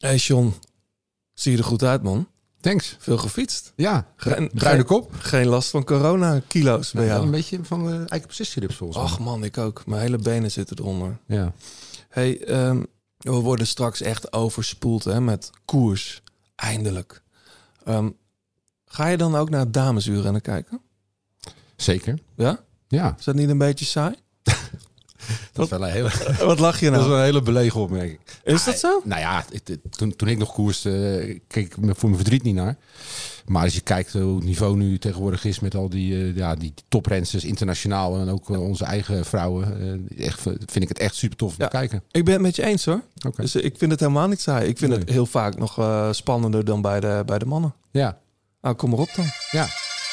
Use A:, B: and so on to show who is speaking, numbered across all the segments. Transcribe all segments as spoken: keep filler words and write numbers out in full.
A: Hey John, zie je er goed uit, man.
B: Thanks.
A: Veel gefietst.
B: Ja,
A: Geen,
B: bruine kop.
A: Geen last van corona-kilo's bij jou.
B: Een beetje van uh, eikenprocessierups volgens mij.
A: Ach man, ik ook. Mijn hele benen zitten eronder.
B: Ja.
A: Hey, um, we worden straks echt overspoeld hè, met koers. Eindelijk. Um, ga je dan ook naar het damesuurrennen kijken?
B: Zeker.
A: Ja?
B: Ja.
A: Is dat niet een beetje saai?
B: Dat is wel een hele,
A: Wat lach je nou?
B: dat is wel een hele belegen opmerking.
A: Is dat zo?
B: Nou ja, het, het, toen, toen ik nog koerste, uh, keek ik me voor mijn verdriet niet naar. Maar als je kijkt hoe het niveau nu tegenwoordig is met al die, uh, ja, die toprensters internationaal en ook uh, onze eigen vrouwen, uh, echt, vind ik het echt super tof om
A: ja,
B: te kijken.
A: Ik ben het met je eens hoor.
B: Okay.
A: Dus uh, ik vind het helemaal niet saai. Ik vind
B: nee.
A: het heel vaak nog uh, spannender dan bij de, bij de mannen.
B: Ja.
A: Nou, kom maar op dan.
B: Ja.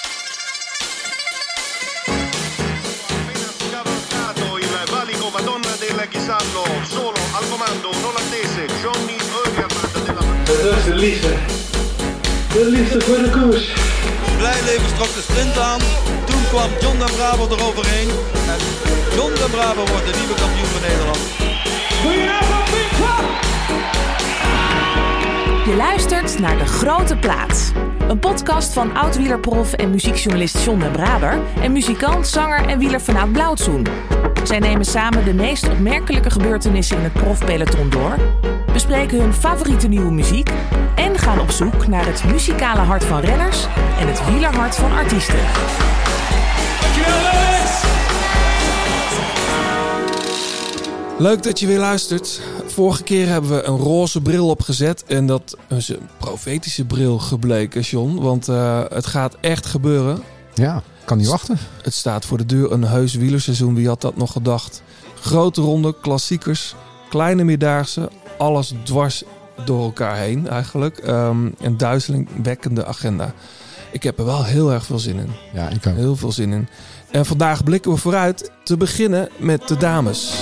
C: Dat is de liefde. De liefde voor de koers.
D: Blijlevens trok de sprint aan. Toen kwam John den Braber eroverheen. En John den Braber wordt de nieuwe kampioen van Nederland.
E: Je luistert naar De Grote Plaats. Een podcast van oud-wielerprof en muziekjournalist John den Braber en muzikant, zanger en wielerfanaat Blauwtsoen. Zij nemen samen de meest opmerkelijke gebeurtenissen in het profpeloton door, bespreken hun favoriete nieuwe muziek en gaan op zoek naar het muzikale hart van renners en het wielerhart van artiesten.
A: Leuk dat je weer luistert. Vorige keer hebben we een roze bril opgezet en dat is een profetische bril gebleken, John. Want uh, het gaat echt gebeuren.
B: Ja, kan niet wachten.
A: Het staat voor de deur, een heus wielerseizoen. Wie had dat nog gedacht? Grote ronde, klassiekers, kleine meerdaagse, alles dwars door elkaar heen eigenlijk. Um, een duizelingwekkende agenda. Ik heb er wel heel erg veel zin in.
B: Ja, ik ook.
A: Heel veel zin in. En vandaag blikken we vooruit, te beginnen met de dames.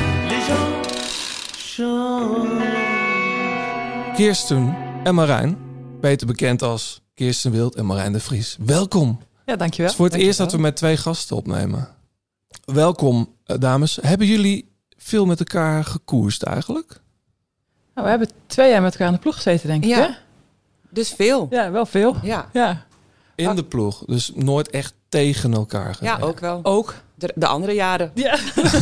A: Kirsten en Marijn, beter bekend als Kirsten Wild en Marijn de Vries. Welkom.
F: Ja, dankjewel.
A: Het is voor het
F: dankjewel.
A: eerst dat we met twee gasten opnemen. Welkom, dames. Hebben jullie veel met elkaar gekoerst eigenlijk?
F: Nou, we hebben twee jaar met elkaar in de ploeg gezeten, denk ik.
G: Ja,
F: hè?
G: dus veel.
F: Ja, wel veel.
G: Ja,
F: Ja,
A: In de ploeg, dus nooit echt tegen elkaar
G: ja
A: gereden.
G: ook wel.
F: ook.
G: De, de andere jaren.
F: Ja.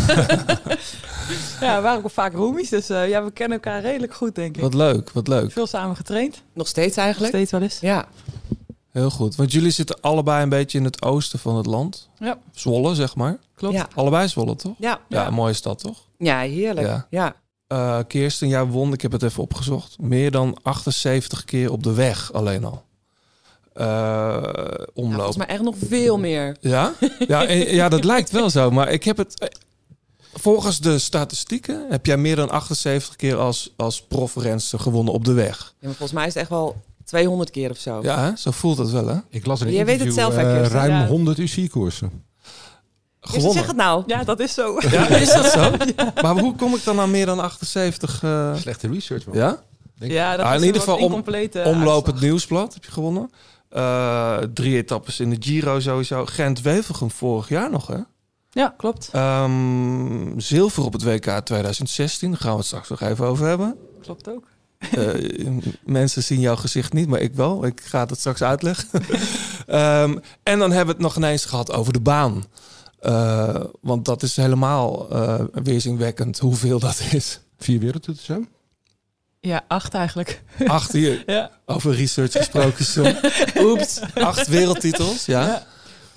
F: Ja, we waren ook vaak roomies, dus uh, ja, we kennen elkaar redelijk goed, denk ik.
A: Wat leuk, wat leuk.
F: Veel samen getraind.
G: Nog steeds eigenlijk.
F: Steeds wel eens.
G: Ja.
A: Heel goed, want jullie zitten allebei een beetje in het oosten van het land.
F: Ja,
A: Zwolle, zeg maar.
F: klopt.
G: Ja.
A: Allebei Zwolle, toch?
G: Ja.
A: Ja, een mooie stad, toch?
G: Ja, heerlijk.
A: Ja.
G: Ja.
A: Uh, Kirsten, jij won, ik heb het even opgezocht, meer dan achtenzeventig keer op de weg alleen al. Uh,
G: Nou,
A: omloop.
G: volgens mij echt nog veel meer.
A: Ja? Ja, en- ja, dat lijkt wel zo. Maar ik heb het... Volgens de statistieken heb jij meer dan achtenzeventig keer als, als profrenster gewonnen op de weg.
G: Ja, maar volgens mij is het echt wel tweehonderd keer of zo.
A: Ja, hè? Zo voelt het wel, hè?
B: Ik las in een
G: Jij weet
B: interview
G: het zelf, hè,
B: uh,
G: Kirsten?
B: ruim
F: Ja.
B: honderd U C I-koersen.
G: Kirsten, zeg het nou.
F: Ja, dat is zo.
A: Ja, is dat zo? Maar hoe kom ik dan aan meer dan achtenzeventig? Uh...
B: Slechte research, man.
A: Ja?
F: Ja, dat
A: Ah,
F: is
A: in
F: een
A: ieder
F: wat
A: geval om-
F: incomplete
A: Omloop het
F: uitslag.
A: Nieuwsblad heb je gewonnen. Uh, drie etappes in de Giro sowieso. Gent-Wevelgem vorig jaar nog, hè?
F: Ja, klopt.
A: Um, zilver op het W K twintig zestien. Daar gaan we het straks nog even over hebben.
F: Klopt ook.
A: Uh, mensen zien jouw gezicht niet, maar ik wel. Ik ga het straks uitleggen. um, en dan hebben we het nog ineens gehad over de baan. Uh, want dat is helemaal uh, weerzinwekkend hoeveel dat is.
B: Vier wereldtitels, hè?
F: Ja, acht eigenlijk.
A: Acht hier.
F: Ja.
A: Over research gesproken, John. Oeps. Acht wereldtitels, ja?
F: Ja.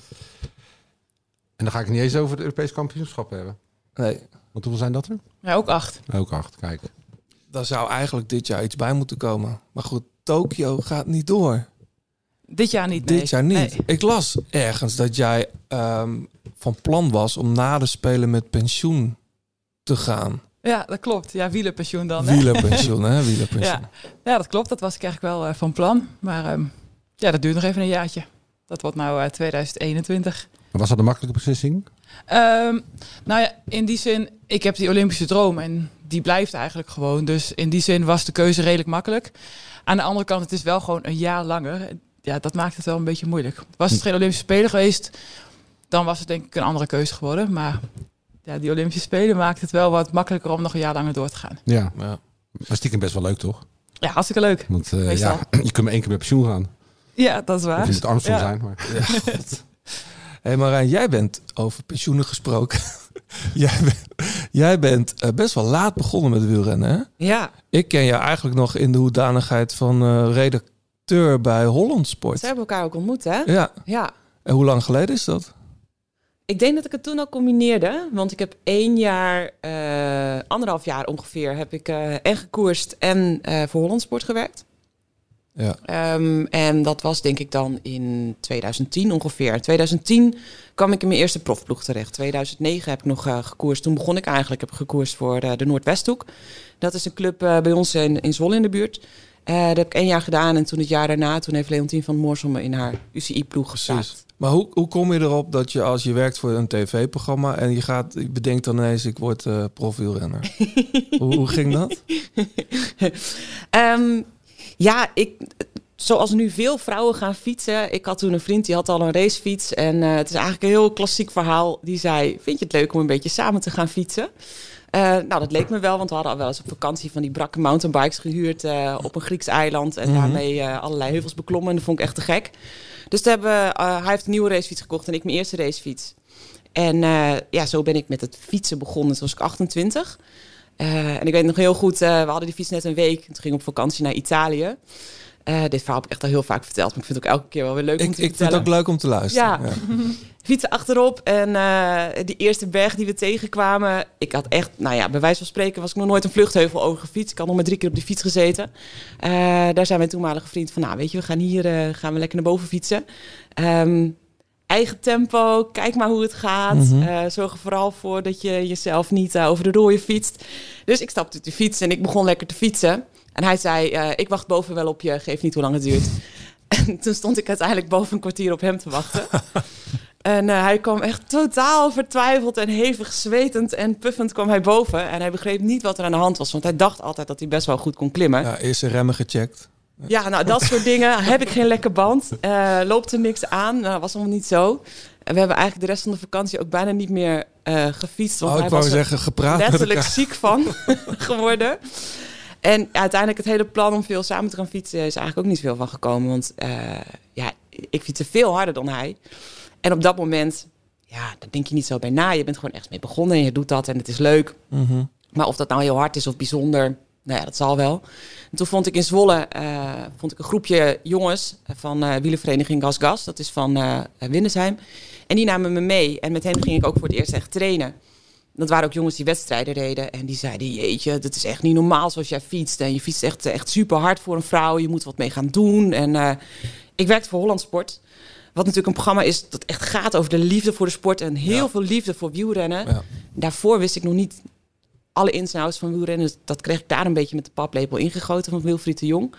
B: En dan ga ik niet eens over het Europees kampioenschap hebben.
A: Nee.
B: Want hoeveel zijn dat er?
F: Ja, ook acht.
B: Ook acht, kijk.
A: Daar zou eigenlijk dit jaar iets bij moeten komen. Maar goed, Tokio gaat niet door.
F: Dit jaar niet, nee.
A: Dit jaar niet.
F: Nee.
A: Ik las ergens dat jij um, van plan was om na de Spelen met pensioen te gaan.
F: Ja, dat klopt. Ja, wielerpensioen dan. Hè?
A: Wielerpensioen, hè? Wielerpensioen.
F: Ja. Ja, dat klopt. Dat was ik eigenlijk wel uh, van plan. Maar um, ja, dat duurt nog even een jaartje. Dat wordt nou uh, tweeduizend eenentwintig.
B: Maar was dat een makkelijke beslissing?
F: Um, nou ja, in die zin, ik heb die Olympische droom en die blijft eigenlijk gewoon. Dus in die zin was de keuze redelijk makkelijk. Aan de andere kant, het is wel gewoon een jaar langer. Ja, dat maakt het wel een beetje moeilijk. Was het geen Olympische Spelen geweest, dan was het denk ik een andere keuze geworden. Maar ja, die Olympische Spelen maakt het wel wat makkelijker om nog een jaar langer door te gaan.
B: Ja,
A: Ja.
B: maar stiekem best wel leuk, toch?
F: Ja, hartstikke leuk.
B: Want uh, ja, je kunt maar één keer met pensioen gaan.
F: Ja, dat is waar.
B: Of is het Armstrong
F: ja.
B: zijn. Maar...
A: Ja, hey Marijn, jij bent over pensioenen gesproken. jij, ben, jij bent uh, best wel laat begonnen met wielrennen, hè?
G: Ja.
A: Ik ken je eigenlijk nog in de hoedanigheid van uh, redacteur bij Holland Sport.
G: Ze hebben elkaar ook ontmoet, hè?
A: Ja.
G: Ja.
A: En hoe lang geleden is dat?
G: Ik denk dat ik het toen al combineerde. Want ik heb één jaar, uh, anderhalf jaar ongeveer, heb ik uh, en gekoerst en uh, voor Holland Sport gewerkt.
A: Ja.
G: Um, en dat was denk ik dan in tweeduizend tien ongeveer. In tweeduizend tien kwam ik in mijn eerste profploeg terecht. tweeduizend negen heb ik nog uh, gekoerst. Toen begon ik eigenlijk, heb ik gekoerst voor uh, de Noordwesthoek. Dat is een club uh, bij ons in, in Zwolle in de buurt. Uh, dat heb ik één jaar gedaan en toen het jaar daarna, toen heeft Leontien van Moorsel me in haar U C I-ploeg geplaatst.
A: Maar hoe, hoe kom je erop dat je als je werkt voor een tv-programma en je gaat, je bedenkt dan ineens ik word uh, profielrenner? hoe, hoe ging dat?
G: um, ja, ik... Zoals nu veel vrouwen gaan fietsen. Ik had toen een vriend die had al een racefiets. En uh, het is eigenlijk een heel klassiek verhaal. Die zei, vind je het leuk om een beetje samen te gaan fietsen? Uh, nou, dat leek me wel. Want we hadden al wel eens op vakantie van die brakke mountainbikes gehuurd uh, op een Grieks eiland. En mm-hmm. daarmee uh, allerlei heuvels beklommen. En dat vond ik echt te gek. Dus toen hebben, uh, hij heeft een nieuwe racefiets gekocht en ik mijn eerste racefiets. En uh, ja, zo ben ik met het fietsen begonnen. Toen was ik achtentwintig. Uh, en ik weet nog heel goed, uh, we hadden die fiets net een week. Toen ging ik op vakantie naar Italië. Uh, dit verhaal heb ik echt al heel vaak verteld, maar ik vind het ook elke keer wel weer leuk
A: ik,
G: om te
A: ik
G: vertellen.
A: Ik vind het ook leuk om te luisteren.
G: Ja, ja. Fietsen achterop en uh, die eerste berg die we tegenkwamen. Ik had echt, nou ja, bij wijze van spreken was ik nog nooit een vluchtheuvel over gefietst. Ik had nog maar drie keer op die fiets gezeten. Uh, daar zei mijn toenmalige vriend van, nou weet je, we gaan hier uh, gaan we lekker naar boven fietsen. Um, eigen tempo, kijk maar hoe het gaat. Mm-hmm. Uh, zorg er vooral voor dat je jezelf niet uh, over de rooien fietst. Dus ik stapte op de fiets en ik begon lekker te fietsen. En hij zei, uh, ik wacht boven wel op je, geef niet hoe lang het duurt. En toen stond ik uiteindelijk boven een kwartier op hem te wachten. En uh, hij kwam echt totaal vertwijfeld en hevig zwetend en puffend kwam hij boven. En hij begreep niet wat er aan de hand was, want hij dacht altijd dat hij best wel goed kon klimmen.
A: Ja, eerst de remmen gecheckt.
G: Ja, nou dat soort dingen. Heb ik geen lekke band? Uh, loopt er niks aan? Nou, dat was allemaal niet zo. En we hebben eigenlijk de rest van de vakantie ook bijna niet meer uh, gefietst. Want
A: oh,
G: hij
A: ik wou
G: was
A: zeggen, gepraat
G: letterlijk ziek van geworden. En uiteindelijk het hele plan om veel samen te gaan fietsen is eigenlijk ook niet veel van gekomen. Want uh, ja, ik fietste veel harder dan hij. En op dat moment, ja, daar denk je niet zo bij na. Je bent gewoon echt mee begonnen en je doet dat en het is leuk.
A: Mm-hmm.
G: Maar of dat nou heel hard is of bijzonder, nou ja, dat zal wel. En toen vond ik in Zwolle uh, vond ik een groepje jongens van uh, wielervereniging Gas Gas. Dat is van uh, Windesheim. En die namen me mee. En met hen ging ik ook voor het eerst echt trainen. Dat waren ook jongens die wedstrijden reden. En die zeiden, jeetje, dat is echt niet normaal zoals jij fietst. En je fietst echt, echt super hard voor een vrouw. Je moet wat mee gaan doen. En uh, ik werkte voor Holland Sport. Wat natuurlijk een programma is dat echt gaat over de liefde voor de sport. En heel ja. veel liefde voor wielrennen. Ja. Daarvoor wist ik nog niet alle ins en outs van wielrennen. Dus dat kreeg ik daar een beetje met de paplepel ingegoten van Wilfried de Jong.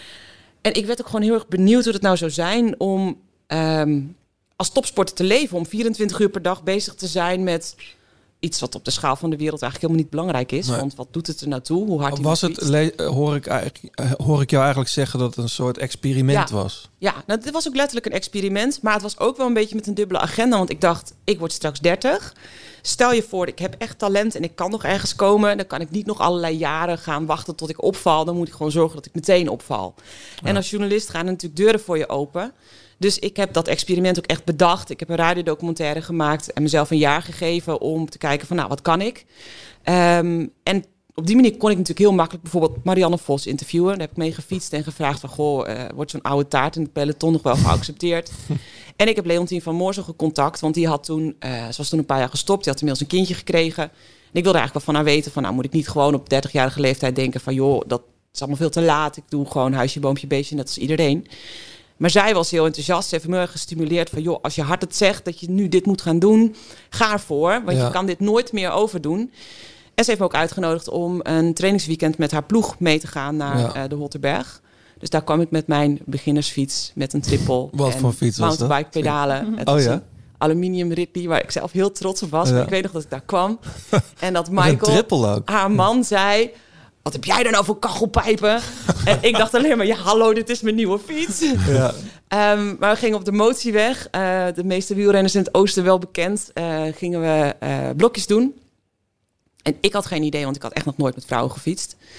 G: En ik werd ook gewoon heel erg benieuwd hoe het nou zou zijn om um, als topsporter te leven. Om vierentwintig uur per dag bezig te zijn met iets wat op de schaal van de wereld eigenlijk helemaal niet belangrijk is. Nee. Want wat doet het er naartoe? Hoe hard
A: was het? Le- hoor, ik hoor ik jou eigenlijk zeggen dat het een soort experiment
G: ja.
A: was?
G: Ja, nou, dit was ook letterlijk een experiment. Maar het was ook wel een beetje met een dubbele agenda. Want ik dacht, ik word straks dertig. Stel je voor, ik heb echt talent en ik kan nog ergens komen. Dan kan ik niet nog allerlei jaren gaan wachten tot ik opval. Dan moet ik gewoon zorgen dat ik meteen opval. Ja. En als journalist gaan er natuurlijk deuren voor je open. Dus ik heb dat experiment ook echt bedacht. Ik heb een radiodocumentaire gemaakt en mezelf een jaar gegeven om te kijken van, nou, wat kan ik? Um, en op die manier kon ik natuurlijk heel makkelijk bijvoorbeeld Marianne Vos interviewen. Daar heb ik mee gefietst en gevraagd van, goh, uh, wordt zo'n oude taart in het peloton nog wel geaccepteerd? En ik heb Leontien van Moorsel gecontact, want die had toen, uh, ze was toen een paar jaar gestopt. Die had inmiddels een kindje gekregen. En ik wilde eigenlijk wel van haar weten van, nou, moet ik niet gewoon op dertigjarige leeftijd denken van, joh, dat is allemaal veel te laat. Ik doe gewoon huisje, boompje, beestje, net als iedereen. Maar zij was heel enthousiast. Ze heeft me gestimuleerd van, joh, als je hart het zegt dat je nu dit moet gaan doen, ga ervoor. Want ja. je kan dit nooit meer overdoen. En ze heeft me ook uitgenodigd om een trainingsweekend met haar ploeg mee te gaan naar ja. uh, de Holterberg. Dus daar kwam ik met mijn beginnersfiets met een triple.
A: Wat
G: en
A: voor fiets was dat?
G: Mountainbike pedalen. Het
A: oh
G: was
A: ja?
G: een aluminium Ridley waar ik zelf heel trots op was. Ja. Maar ik weet nog dat ik daar kwam. En dat
A: Michael,
G: triple ook. Haar man, zei, wat heb jij er nou voor kachelpijpen? En ik dacht alleen maar, ja, hallo, dit is mijn nieuwe fiets. Ja. Um, maar we gingen op de motieweg. Uh, de meeste wielrenners in het oosten wel bekend. Uh, gingen we uh, blokjes doen. En ik had geen idee, want ik had echt nog nooit met vrouwen gefietst.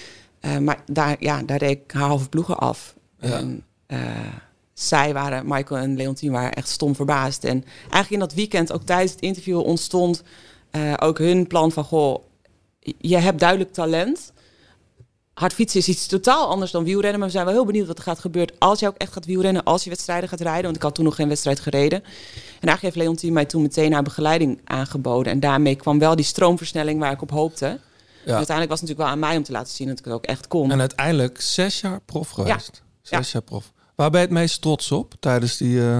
G: Uh, maar daar, ja, daar reed ik haar halve ploegen af.
A: Ja.
G: En, uh, zij waren, Michael en Leontien, waren echt stom verbaasd. En eigenlijk in dat weekend, ook tijdens het interview, ontstond uh, ook hun plan van... goh, je hebt duidelijk talent. Hardfietsen is iets totaal anders dan wielrennen. Maar we zijn wel heel benieuwd wat er gaat gebeuren als je ook echt gaat wielrennen, als je wedstrijden gaat rijden. Want ik had toen nog geen wedstrijd gereden. En eigenlijk heeft Leontien mij toen meteen haar begeleiding aangeboden. En daarmee kwam wel die stroomversnelling waar ik op hoopte. Ja. En uiteindelijk was het natuurlijk wel aan mij om te laten zien dat ik het ook echt kon.
A: En uiteindelijk zes jaar prof geweest.
G: Ja.
A: Zes ja. jaar prof. Waar ben je het meest trots op tijdens die... Uh...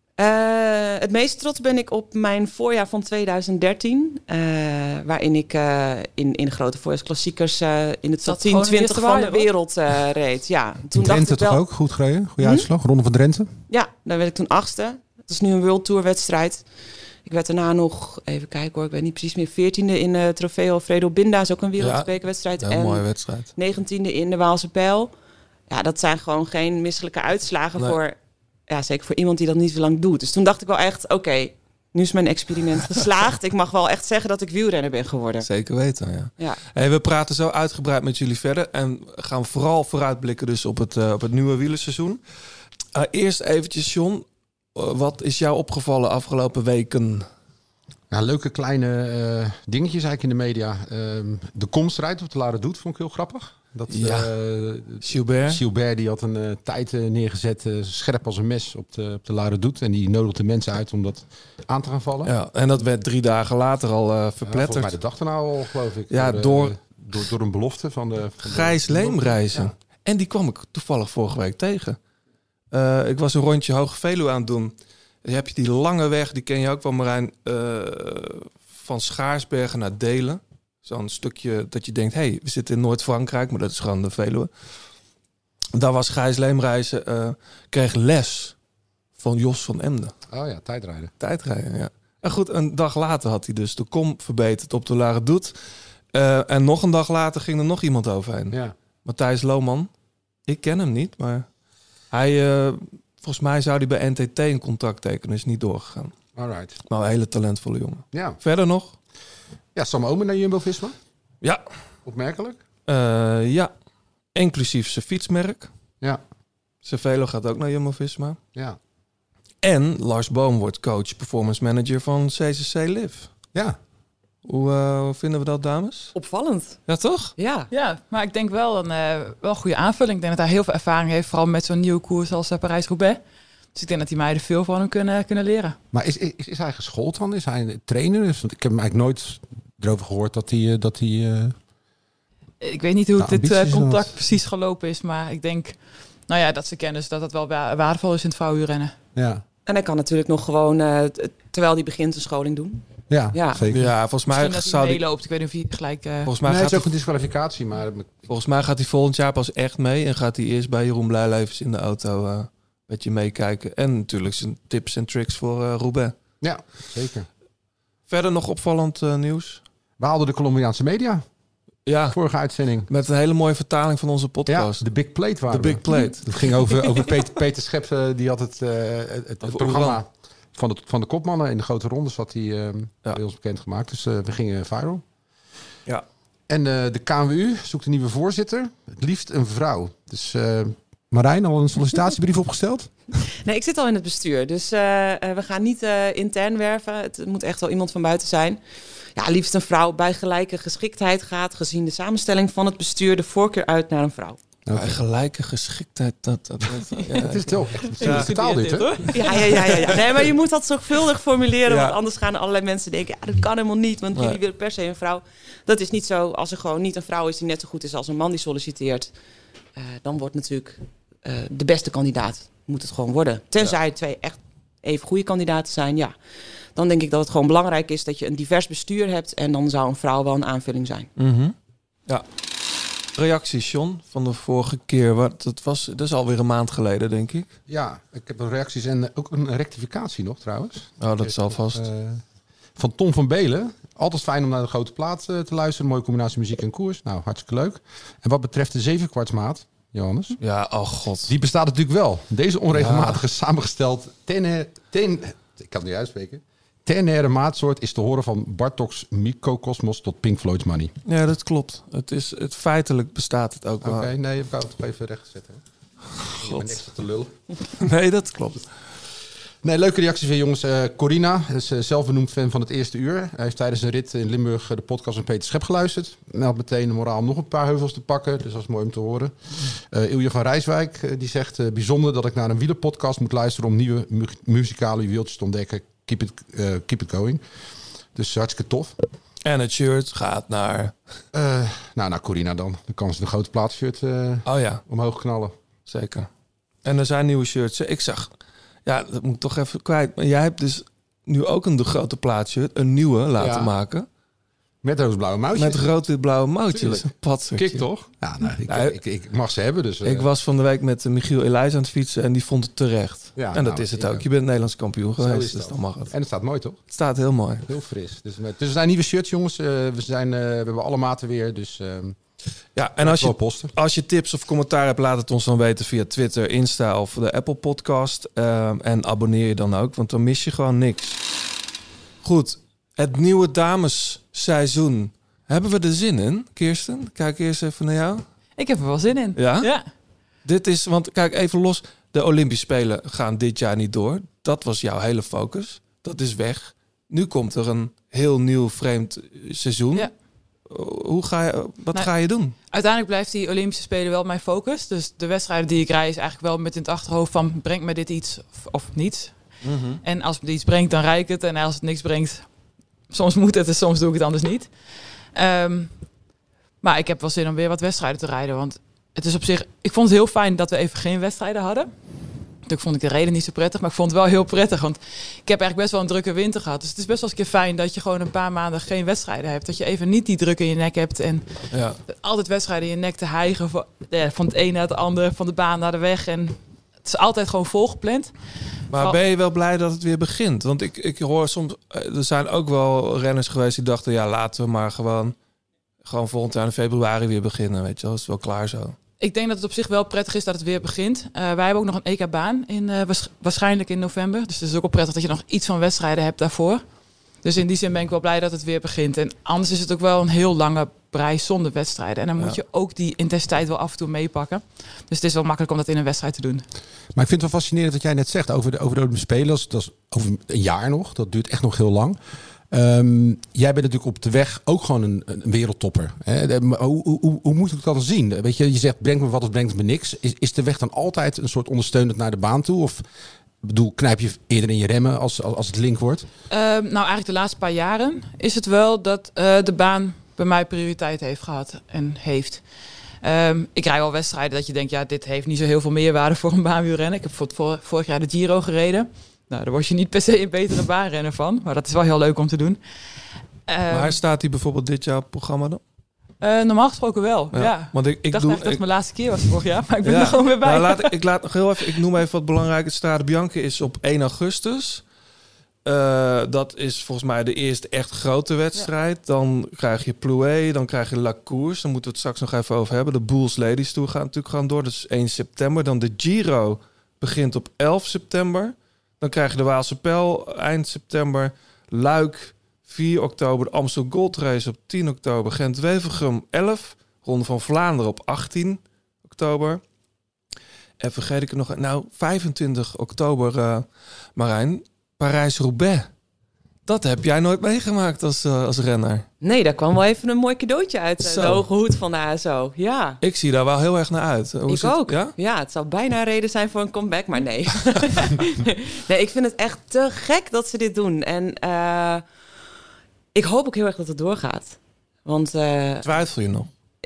G: Uh, het meest trots ben ik op mijn voorjaar van twintig dertien. Uh, waarin ik uh, in, in de grote voorjaarsklassiekers uh, in het top tien, twintig van de wereld uh, reed. Ja, toen
B: Drenthe
G: dacht ik wel...
B: toch ook? Goed gereden? Goede
G: hm?
B: uitslag? Ronde van Drenthe?
G: Ja, daar werd ik toen achtste. Het is nu een World Tour wedstrijd. Ik werd daarna nog, even kijken hoor, ik weet niet precies meer, veertiende in de uh, Trofeo Alfredo Binda. Is ook een wereldbekerwedstrijd.
A: Ja,
G: en
A: een mooie wedstrijd.
G: negentiende in de Waalse Pijl. Ja, dat zijn gewoon geen misselijke uitslagen
A: nee.
G: voor... Ja, zeker voor iemand die dat niet zo lang doet. Dus toen dacht ik wel echt, oké, okay, nu is mijn experiment geslaagd. Ik mag wel echt zeggen dat ik wielrenner ben geworden.
A: Zeker weten, ja.
G: ja.
A: Hey, we praten zo uitgebreid met jullie verder. En gaan vooral vooruitblikken dus op het, uh, op het nieuwe wielerseizoen. Uh, eerst eventjes, John. Uh, wat is jou opgevallen afgelopen weken?
B: Nou, leuke kleine uh, dingetjes eigenlijk in de media. Uh, de komstrijd op de Lare Doet vond ik heel grappig. Dat,
A: ja,
B: uh,
A: Gilbert.
B: Gilbert die had een uh, tijd uh, neergezet, uh, scherp als een mes op de, op de Lare Doet. En die nodigde mensen uit om dat aan te gaan vallen.
A: Ja, en dat werd drie dagen later al uh, verpletterd. Ja,
B: volgens mij de dag erna al, geloof ik.
A: Ja,
B: door,
A: door,
B: uh, door, door een belofte van de... Van
A: Gijs
B: de,
A: Leemreizen.
B: Ja.
A: En die kwam ik toevallig vorige week tegen. Uh, ik was een rondje Hoge Veluwe aan het doen. Dan heb je die lange weg, die ken je ook wel, Marijn, uh, van Schaarsbergen naar Delen. Zo'n stukje dat je denkt, hé, hey, we zitten in Noord-Frankrijk, maar dat is gewoon de Veluwe. Daar was Gijs Leemreizen, uh, kreeg les van Jos van Emden.
B: Oh ja, tijdrijden.
A: Tijdrijden, ja. En goed, een dag later had hij dus de kom verbeterd op de Lare Doet. Uh, en nog een dag later ging er nog iemand overheen.
B: Ja.
A: Matthijs Lohman. Ik ken hem niet, maar hij, uh, volgens mij zou hij bij N T T een contract tekenen, is niet doorgegaan.
B: Alright.
A: Maar een hele talentvolle jongen.
B: Ja.
A: Verder nog?
B: Ja, Sam Omen naar Jumbo-Visma.
A: Ja.
B: Opmerkelijk.
A: Uh, ja. Inclusief zijn fietsmerk.
B: Ja.
A: Cervelo gaat ook naar Jumbo-Visma.
B: Ja.
A: En Lars Boom wordt coach, performance manager van C C C Live.
B: Ja.
A: Hoe uh, vinden we dat, dames?
G: Opvallend.
A: Ja, toch?
G: Ja.
F: Ja, maar ik denk wel een, uh, wel een goede aanvulling. Ik denk dat hij heel veel ervaring heeft, vooral met zo'n nieuwe koers als uh, Parijs-Roubaix. Dus ik denk dat die meiden veel van hem kunnen, kunnen leren.
B: Maar is, is, is hij geschoold dan? Is hij een trainer? Want ik heb hem eigenlijk nooit erover gehoord dat hij... dat hij uh...
F: Ik weet niet hoe
B: nou,
F: dit uh, contact
B: dat...
F: precies gelopen is, maar ik denk nou ja, dat ze kennen, dus dat het wel waardevol is in het vrouwenrennen.
B: Ja.
G: En hij kan natuurlijk nog gewoon, uh, t- terwijl hij begint, een scholing doen.
B: Ja,
G: ja.
B: zeker.
A: Ja, volgens mij
F: dat
A: zou
F: hij
A: die...
F: meeloopt. Ik weet niet of hij gelijk... Uh...
A: Volgens mij
B: nee,
A: gaat
B: het is ook
A: hij...
B: een disqualificatie, maar...
A: Volgens mij gaat hij volgend jaar pas echt mee en gaat hij eerst bij Jeroen Blijlevens in de auto uh, met je meekijken. En natuurlijk zijn tips en tricks voor uh, Roubaix.
B: Ja, zeker.
A: Verder nog opvallend uh, nieuws?
B: We haalden de Colombiaanse media.
A: Ja.
B: Vorige uitzending.
A: Met een hele mooie vertaling van onze podcast.
B: Ja, de Big Plate waren
A: De Big Plate.
B: Het ging over, over Peter, Peter Schep, uh, die had het, uh, het, het, het programma van de, van de kopmannen. In de grote rondes had hij uh, ja. bij ons bekendgemaakt. Dus uh, we gingen viral.
A: Ja.
B: En uh, de K N W U zoekt een nieuwe voorzitter. Het liefst een vrouw. Dus uh, Marijn, al een sollicitatiebrief opgesteld?
G: Nee, ik zit al in het bestuur. Dus uh, we gaan niet uh, intern werven. Het moet echt wel iemand van buiten zijn. Ja, liefst een vrouw bij gelijke geschiktheid gaat, gezien de samenstelling van het bestuur, de voorkeur uit naar een vrouw.
A: Okay. Bij gelijke geschiktheid, dat... dat, dat ja.
B: Het is toch echt ja. taal dit, hè?
G: Ja, ja, ja, ja, ja. Nee, maar je moet dat zorgvuldig formuleren, ja. Want anders gaan allerlei mensen denken, ja, dat kan helemaal niet, want nee. jullie willen per se een vrouw. Dat is niet zo. Als er gewoon niet een vrouw is die net zo goed is als een man die solliciteert, uh, dan wordt natuurlijk uh, de beste kandidaat, moet het gewoon worden. Tenzij ja. twee echt even goede kandidaten zijn, ja. Dan denk ik dat het gewoon belangrijk is dat je een divers bestuur hebt. En dan zou een vrouw wel een aanvulling zijn.
A: Mm-hmm. Ja. Reacties, John, van de vorige keer. Wat, dat, was, dat is alweer een maand geleden, denk ik.
B: Ja, ik heb reacties en ook een rectificatie nog trouwens.
A: Oh, dat is alvast.
B: Uh, van Tom van Belen. Altijd fijn om naar de grote plaat uh, te luisteren. Mooie combinatie muziek en koers. Nou, hartstikke leuk. En wat betreft de zevenkwartsmaat, Johannes.
A: Ja, oh god.
B: Die bestaat natuurlijk wel. Deze onregelmatige ja. samengesteld ten, ten, ik kan het niet uitspreken. ternaire maatsoort is te horen van Bartok's Microcosmos tot Pink Floyd's Money.
A: Ja, dat klopt. Het is, het, feitelijk bestaat het ook
B: Oké,
A: wel.
B: nee, ik wou het toch even recht zetten. Ik ben niks te lullen.
A: Nee, dat klopt.
B: Nee, leuke reacties weer, jongens. Uh, Corina is uh, zelf benoemd fan van het eerste uur. Hij heeft tijdens een rit in Limburg uh, de podcast van Peter Schep geluisterd. En had meteen de moraal om nog een paar heuvels te pakken. Dus dat is mooi om te horen. Uh, Ilja van Rijswijk uh, die zegt... Uh, bijzonder dat ik naar een wielerpodcast moet luisteren... om nieuwe mu- muzikale juweeltjes te ontdekken. Keep it, uh, keep it going. Dus hartstikke tof.
A: En het shirt gaat naar...
B: Uh, nou, naar Corina dan. Dan kan ze een grote plaatshirt uh,
A: Oh ja,
B: omhoog knallen.
A: zeker. En er zijn nieuwe shirts. Ik zag... Ja, dat moet ik toch even kwijt. Maar jij hebt dus nu ook een de grote plaatshirt, een nieuwe laten
B: Ja.
A: maken.
B: Met roosblauwe mouwtjes.
A: Met rood-wit-blauwe mouwtjes.
B: Tuurlijk.
A: Een patsertje.
B: Kik toch? Ja, nou, ik,
A: Nou,
B: ik, ik, ik mag ze hebben. Dus, uh,
A: Ik was van de week met Michiel Elijs aan het fietsen en die vond het terecht.
B: Ja,
A: en dat
B: nou,
A: is het
B: ja.
A: ook. Je bent Nederlands kampioen
B: Zo
A: geweest,
B: is
A: dus
B: dat.
A: dan mag het.
B: En het staat mooi, toch?
A: Het staat heel mooi.
B: Heel fris. Dus, met, dus er zijn nieuwe shirts, jongens. Uh, we, zijn, uh, we hebben alle maten weer. Dus uh,
A: Ja, en als
B: wel
A: je,
B: posten.
A: als je tips of commentaar hebt, laat het ons dan weten via Twitter, Insta of de Apple Podcast. Uh, en abonneer je dan ook, want dan mis je gewoon niks. Goed, het nieuwe damesseizoen. Hebben we er zin in, Kirsten? Kijk eerst even naar jou.
F: Ik heb er wel zin in.
A: Ja?
F: Ja.
A: Dit is, want kijk even los. De Olympische Spelen gaan dit jaar niet door. Dat was jouw hele focus. Dat is weg. Nu komt er een heel nieuw vreemd seizoen.
F: Ja.
A: Hoe ga je, wat
F: Nou,
A: ga je doen?
F: Uiteindelijk blijft die Olympische Spelen wel mijn focus. Dus de wedstrijden die ik rij is eigenlijk wel met in het achterhoofd van... brengt me dit iets of, of niets?
A: Mm-hmm.
F: En als het iets brengt, dan rijd ik het. En als het niks brengt, soms moet het en soms doe ik het anders niet. Um, maar ik heb wel zin om weer wat wedstrijden te rijden. Want het is op zich... Ik vond het heel fijn dat we even geen wedstrijden hadden. Natuurlijk vond ik de reden niet zo prettig, maar ik vond het wel heel prettig. Want ik heb eigenlijk best wel een drukke winter gehad. Dus het is best wel eens een keer fijn dat je gewoon een paar maanden geen wedstrijden hebt. Dat je even niet die druk in je nek hebt. En
A: Ja.
F: altijd wedstrijden in je nek te hijgen. Van, ja, van het een naar het andere, van de baan naar de weg. En het is altijd gewoon volgepland.
A: Maar
F: Vooral-
A: ben je wel blij dat het weer begint? Want ik, ik hoor soms... eh, Er zijn ook wel renners geweest die dachten... ja, laten we maar gewoon, gewoon volgend jaar in februari weer beginnen. Weet je wel, is wel klaar zo.
F: Ik denk dat het op zich wel prettig is dat het weer begint. Uh, wij hebben ook nog een E K-baan in, uh, waars- waarschijnlijk in november. Dus het is ook wel prettig dat je nog iets van wedstrijden hebt daarvoor. Dus in die zin ben ik wel blij dat het weer begint. En anders is het ook wel een heel lange brei zonder wedstrijden. En dan moet
A: Ja.
F: je ook die intensiteit wel af en toe meepakken. Dus het is wel makkelijk om dat in een wedstrijd te doen.
B: Maar ik vind het wel fascinerend wat jij net zegt over de, over de Olympische Spelen. Dat is, dat is over een jaar nog. Dat duurt echt nog heel lang. Um, jij bent natuurlijk op de weg ook gewoon een, een wereldtopper. Hè? De, maar hoe, hoe, hoe, hoe moet ik dat dan zien? Weet je, je zegt brengt me wat of brengt me niks. Is, is de weg dan altijd een soort ondersteunend naar de baan toe? Of bedoel, knijp je eerder in je remmen als, als, als het link wordt?
F: Uh, nou, eigenlijk de laatste paar jaren is het wel dat uh, de baan bij mij prioriteit heeft gehad en heeft. Um, ik rij wel wedstrijden dat je denkt, ja, dit heeft niet zo heel veel meerwaarde voor een baanwielrennen. Ik heb voor, voor, vorig jaar de Giro gereden. Nou, daar word je niet per se een betere baanrenner van. Maar dat is wel heel leuk om te doen. Uh,
A: Maar staat die bijvoorbeeld dit jaar op het programma dan?
F: Uh, normaal gesproken wel, ja. ja.
A: Want ik, ik,
F: ik dacht
A: doe,
F: eigenlijk dat
A: ik,
F: het mijn laatste keer was vorig jaar. Maar ik ben
A: ja,
F: er gewoon weer bij.
A: Nou, laat, ik, ik laat nog heel even... Ik noem even wat belangrijk. Het Strade Bianche is op één augustus. Uh, dat is volgens mij de eerste echt grote wedstrijd. Ja. Dan krijg je Plouay, dan krijg je La Course. Daar moeten we het straks nog even over hebben. De Bulls Ladies Tour gaat natuurlijk gewoon door. Dat is één september. Dan de Giro begint op elf september. Dan krijg je de Waalse Pijl eind september. Luik vier oktober. De Amstel Gold Race op tien oktober. Gent-Wevelgem elf. Ronde van Vlaanderen op achttien oktober. En vergeet ik er nog... Nou, vijfentwintig oktober, uh, Marijn... Parijs-Roubaix. Dat heb jij nooit meegemaakt als, uh, als renner.
G: Nee, daar kwam wel even een mooi cadeautje uit. Zo. De hoge hoed van de A S O. Ja.
A: Ik zie daar wel heel erg naar uit. Hoe
G: ik ook.
A: Het? Ja?
G: ja, het zou bijna een reden zijn voor een comeback, maar nee. nee, ik vind het echt te gek dat ze dit doen. En uh, ik hoop ook heel erg dat het doorgaat. Want uh,
A: twijfel je nog?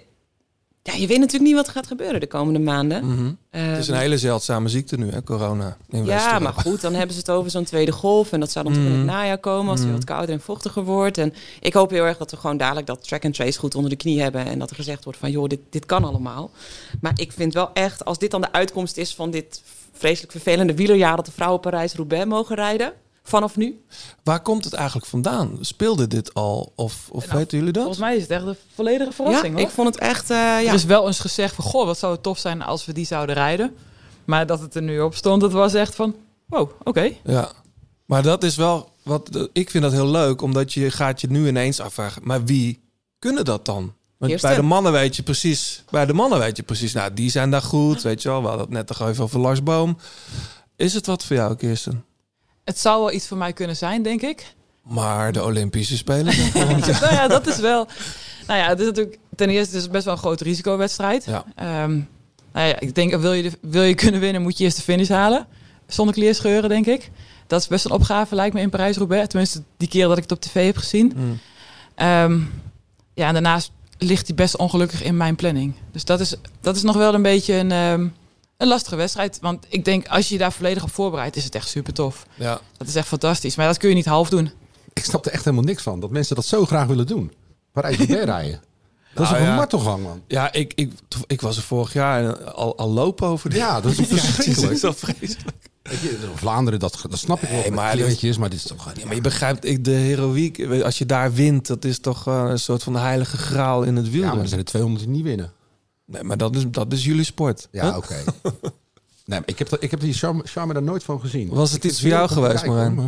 G: Ja, je weet natuurlijk niet wat er gaat gebeuren de komende maanden.
A: Mm-hmm.
G: Uh,
A: het is een hele zeldzame ziekte nu, hè, corona. In
G: ja, maar goed, dan hebben ze het over zo'n tweede golf. En dat zou dan mm. toch in het najaar komen als het mm. wat kouder en vochtiger wordt. En ik hoop heel erg dat we gewoon dadelijk dat track and trace goed onder de knie hebben. En dat er gezegd wordt van, joh, dit, dit kan allemaal. Maar ik vind wel echt, als dit dan de uitkomst is van dit vreselijk vervelende wielerjaar... dat de vrouwen Parijs-Roubaix mogen rijden... Vanaf nu?
A: Waar komt het eigenlijk vandaan? Speelde dit al? Of, of nou, weten jullie dat?
F: Volgens mij is het echt een volledige verrassing.
G: Ja,
F: hoor.
G: ik vond het echt... Uh, ja.
F: Er is wel eens gezegd van... Goh, wat zou het tof zijn als we die zouden rijden. Maar dat het er nu op stond, dat was echt van... Wow, oké. Okay.
A: Ja, maar dat is wel wat, ik vind dat heel leuk, omdat je gaat je nu ineens afvragen, maar wie kunnen dat dan? Want
G: Eerste.
A: bij de mannen weet je precies, bij de mannen weet je precies, nou, die zijn daar goed, weet je wel. We hadden het net toch even over Lars Boom. Is het wat voor jou, Kirsten?
F: Het zou wel iets voor mij kunnen zijn, denk ik.
A: Maar de Olympische Spelen zijn gewoon...
F: Nou ja, dat is wel... Nou ja, het is natuurlijk... Ten eerste is het best wel een grote risicowedstrijd.
A: Ja.
F: Um, nou ja, ik denk, wil je, de, wil je kunnen winnen, moet je eerst de finish halen. Zonder kleerscheuren, denk ik. Dat is best een opgave, lijkt me, in Parijs-Roubaix. Tenminste, die keer dat ik het op tv heb gezien.
A: Mm.
F: Um, ja, en daarnaast ligt hij best ongelukkig in mijn planning. Dus dat is, dat is nog wel een beetje een, um, een lastige wedstrijd. Want ik denk, als je je daar volledig op voorbereidt, is het echt super tof.
A: Ja.
F: Dat is echt fantastisch. Maar dat kun je niet half doen.
B: Ik snap er echt helemaal niks van. Dat mensen dat zo graag willen doen. Parijs-Roubaix rijden. Dat is
A: Nou,
B: een
A: ja.
B: martelgang, man.
A: Ja, ik, ik, ik was er vorig jaar en al, al lopen over de...
B: Ja, dat is verschrikkelijk.
A: is dat vreselijk.
B: Weet je, Vlaanderen, dat, dat snap ik wel.
A: Nee, maar
B: Maar,
A: dit-
B: is, maar dit is toch gewoon...
A: Ja, maar je begrijpt, ik, de heroïek, als je daar wint, dat is toch uh, een soort van de heilige graal in het
B: Ja,
A: wielrennen.
B: maar er zijn er tweehonderd die niet winnen.
A: Nee, maar dat is, dat is jullie sport.
B: Ja,
A: Huh?
B: oké. Nee, maar ik heb, dat, ik heb die charme, charme daar nooit van gezien.
A: Was het
B: Ik
A: iets
B: vind
A: voor jou
B: heel goed
A: geweest,
B: kijken,
A: Marijn?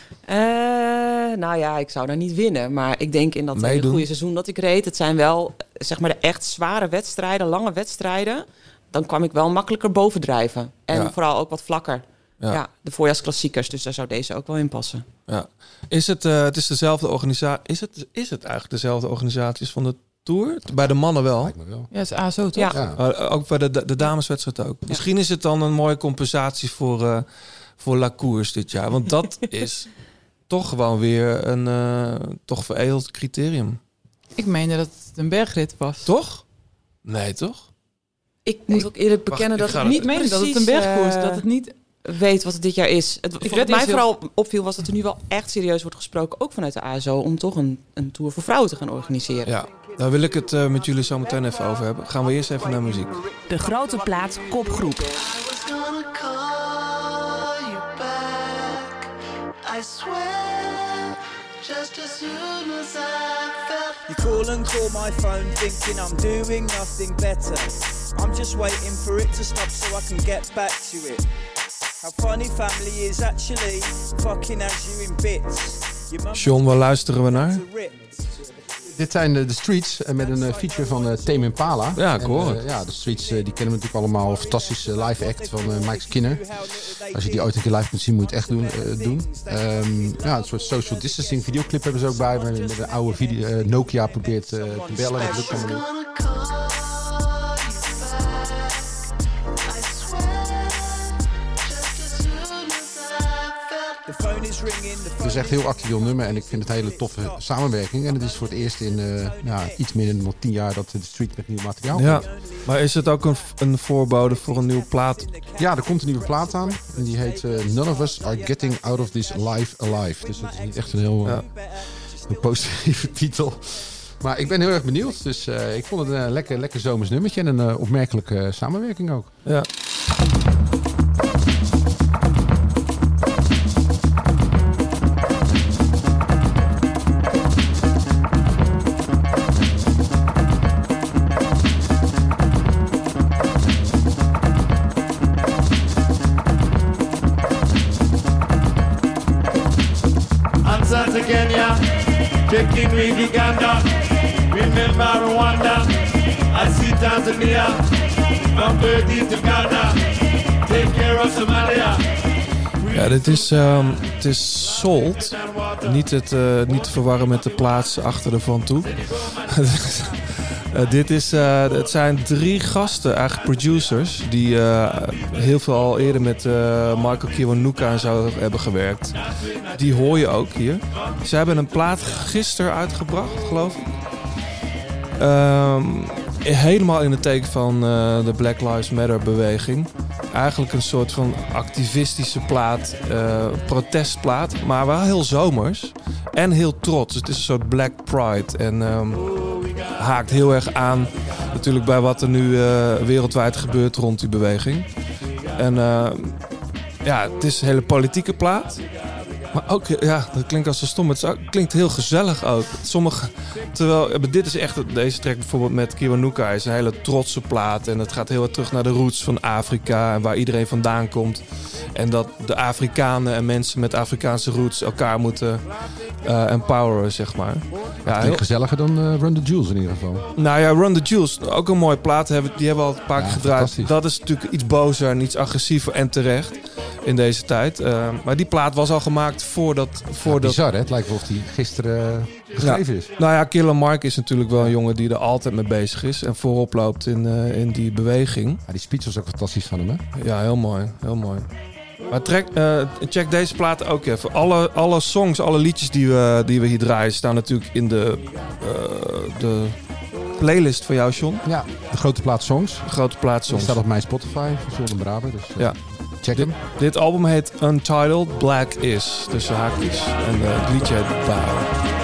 B: hoor,
G: Uh, nou ja, ik zou daar niet winnen. Maar ik denk in dat hele
A: Meedoen.
G: goede seizoen dat ik reed... het zijn wel zeg maar de echt zware wedstrijden, lange wedstrijden. Dan kwam ik wel makkelijker bovendrijven. En
A: Ja.
G: vooral ook wat vlakker.
A: Ja.
G: Ja. de voorjaarsklassiekers. Dus daar zou deze ook wel in passen.
A: Ja. Is het, uh, het is dezelfde organisatie, is het, is het eigenlijk dezelfde organisaties van de Tour? Bij de mannen wel.
B: Lijkt me wel.
F: Ja, het is A S O, toch?
G: Ja.
B: Ja.
A: Uh, ook bij de, de, de dameswedstrijd ook. Misschien is het dan een mooie compensatie voor, uh, voor La Course dit jaar. Want dat is toch gewoon weer een uh, toch veredeld criterium.
F: Ik meende dat het een bergrit was.
A: Toch? Nee, toch?
G: Ik moet ook eerlijk bekennen
A: Wacht, ik
G: dat
A: ga
G: ik
A: dat-
G: niet
F: Ik meende dat het een
G: precies,
F: bergkoers
G: eh,
F: dat het niet...
G: weet wat het dit jaar is. Het, wat
F: werd
G: mij
F: eerst heel-
G: vooral opviel was dat er nu wel echt serieus wordt gesproken, ook vanuit de A S O, om toch een, een Tour voor vrouwen te gaan organiseren.
A: Ja. Daar wil ik het uh, met jullie zo meteen even over hebben. Gaan we eerst even naar muziek.
E: De Grote Plaat kopgroep.
H: I was gonna call you back. I swear, just as soon as I felt.
I: You call and call my phone thinking I'm doing nothing better. I'm just waiting for it to stop so I can get back to it. How funny family is actually fucking as you in bits. Your mum
A: John, waar luisteren we naar?
B: Dit zijn de, de Streets uh, met een uh, feature van uh, Tame Impala.
A: Ja, ik
B: En,
A: hoor
B: uh,
A: het.
B: ja, de Streets uh, die kennen we natuurlijk allemaal. Een fantastische live act van uh, Mike Skinner. Als je die ooit een keer live kunt zien, moet je het echt doen. Uh, doen. Um, ja, een soort social distancing videoclip hebben ze ook bij. Met, met een oude video, uh, Nokia probeert uh, te bellen. Dat lukt allemaal niet.
H: Gonna call you back. I swear, just as soon as I felt.
I: The phone is ringing. The
B: Het is echt een heel actueel nummer en ik vind het een hele toffe samenwerking. En het is voor het eerst in uh, ja, iets minder dan tien jaar dat de Street met nieuw materiaal
A: Ja.
B: komt.
A: Maar is het ook een, een voorbode voor een nieuwe plaat?
B: Ja, er komt een nieuwe plaat aan. En die heet uh, None of Us Are Getting Out of This Life Alive. Dus dat is niet echt een heel uh,
A: Ja.
B: een positieve titel. Maar ik ben heel erg benieuwd. Dus uh, ik vond het een lekker, lekker zomers nummertje en een uh, opmerkelijke uh, samenwerking ook.
A: Ja.
C: Answer to Kenya, checking with Uganda. Remember Rwanda, I see Tanzania. From Turkey to Ghana, take care of Somalia.
A: Ja, dit is, um, het is Salt. Niet, het, uh, niet te verwarren met de plaats achter de Van Toe. uh, dit is, uh, het zijn drie gasten, eigenlijk producers, die uh, heel veel al eerder met uh, Michael Kiwanuka en zo hebben gewerkt. Die hoor je ook hier. Ze hebben een plaat gisteren uitgebracht, geloof ik. Um, helemaal in het teken van uh, de Black Lives Matter beweging. Eigenlijk een soort van activistische plaat, uh, protestplaat, maar wel heel zomers en heel trots. Het is een soort Black Pride en um, haakt heel erg aan natuurlijk bij wat er nu uh, wereldwijd gebeurt rond die beweging. En uh, ja, het is een hele politieke plaat. Maar ook, ja, dat klinkt als zo stom. Het is ook- klinkt heel gezellig ook. Sommige, terwijl, ja, maar dit is echt, deze track bijvoorbeeld met Kiwanuka is een hele trotse plaat. En het gaat heel erg terug naar de roots van Afrika en waar iedereen vandaan komt. En dat de Afrikanen en mensen met Afrikaanse roots elkaar moeten uh, empoweren, zeg maar. Ja,
B: Klinkt
A: heel,
B: gezelliger dan uh, Run the Jewels in ieder geval.
A: nou ja, Run the Jewels, ook een mooie plaat. Hebben- Die hebben we al een paar
B: Ja,
A: keer gedraaid.
B: fantastisch.
A: Dat is natuurlijk iets bozer en iets agressiever en terecht in deze tijd. Uh, maar die plaat was al gemaakt voordat...
B: Ja,
A: voordat
B: bizar, hè? Het lijkt wel of die gisteren uh, geschreven is.
A: Nou ja, Killer Mark is natuurlijk wel een jongen die er altijd mee bezig is. En voorop loopt in, uh, in die beweging.
B: Ja, die speech was ook fantastisch van hem, hè?
A: Ja, heel mooi. Heel mooi. Maar trek, uh, check deze plaat ook even. Alle, alle songs, alle liedjes die we, die we hier draaien... staan natuurlijk in de, uh, de playlist van jou, John.
B: Ja, de grote plaat songs.
A: De grote plaat
B: Die
A: songs.
B: staat op mijn Spotify, van John Braber. Dus uh,
A: Ja.
B: check
A: Dit,
B: hem.
A: dit album heet Untitled Black Is. Tussen haakjes. En uh, het liedje heet Bow.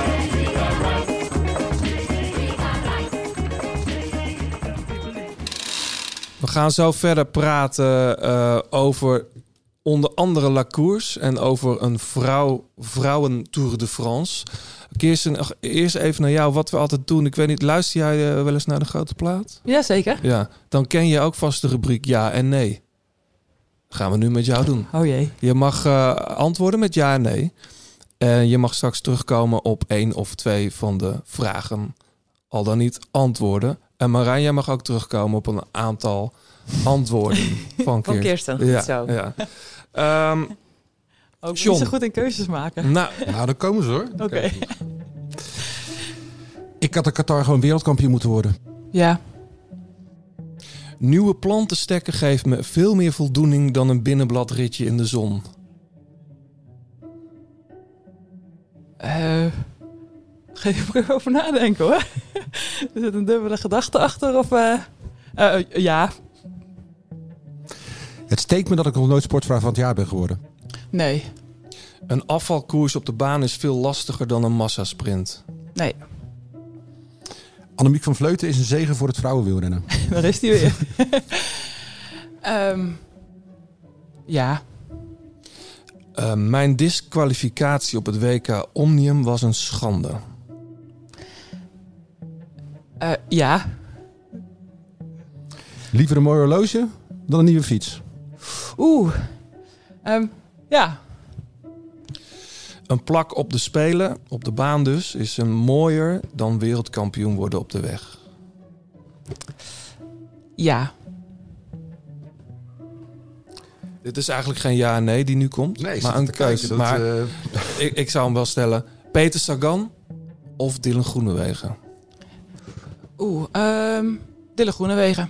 A: We gaan zo verder praten uh, over onder andere La Course en over een vrouw, vrouwen Tour de France. Kirsten, ach, eerst even naar jou, wat we altijd doen. Ik weet niet, luister jij uh, wel eens naar de grote plaat?
F: Jazeker.
A: Ja, dan ken je ook vast de rubriek ja en nee. Dat gaan we nu met jou doen.
F: Oh jee.
A: Je mag uh, antwoorden met ja en nee. En je mag straks terugkomen op één of twee van de vragen. Al dan niet antwoorden. En Marijn, jij mag ook terugkomen op een aantal antwoorden van Kirsten.
G: Van Kirsten, goed
A: ja,
G: zo.
A: Ja. Um,
F: Ook
A: John.
F: niet zo goed in keuzes maken.
A: nou,
B: Nou, dan komen ze hoor.
F: Oké.
B: Ik had in Qatar gewoon wereldkampioen moeten worden.
F: Ja.
A: nieuwe plantenstekken geeft me veel meer voldoening dan een binnenbladritje in de zon.
F: Uh, ga je er even over nadenken hoor. Er zit een dubbele gedachte achter of... Uh, uh, ja.
B: Het steekt me dat ik nog nooit sportvrouw van het jaar ben geworden.
F: Nee.
A: Een afvalkoers op de baan is veel lastiger dan een massasprint.
F: Nee.
B: Annemiek van Vleuten is een zegen voor het vrouwenwielrennen.
F: Daar is die weer. um, ja.
A: Uh, mijn disqualificatie op het W K Omnium was een schande.
F: Uh, ja.
B: Liever een mooi horloge dan een nieuwe fiets.
F: Oeh. Um, ja.
A: Een plak op de Spelen, op de baan dus, is een mooier dan wereldkampioen worden op de weg.
F: Ja.
A: Dit is eigenlijk geen ja en nee die nu komt,
B: Nee, ik
A: maar
B: zit
A: een
B: te kijken,
A: keuze.
B: dat,
A: Maar
B: uh...
A: ik, ik zou hem wel stellen. Peter Sagan of Dylan Groenewegen?
F: Oeh. Um, Dylan Groenewegen.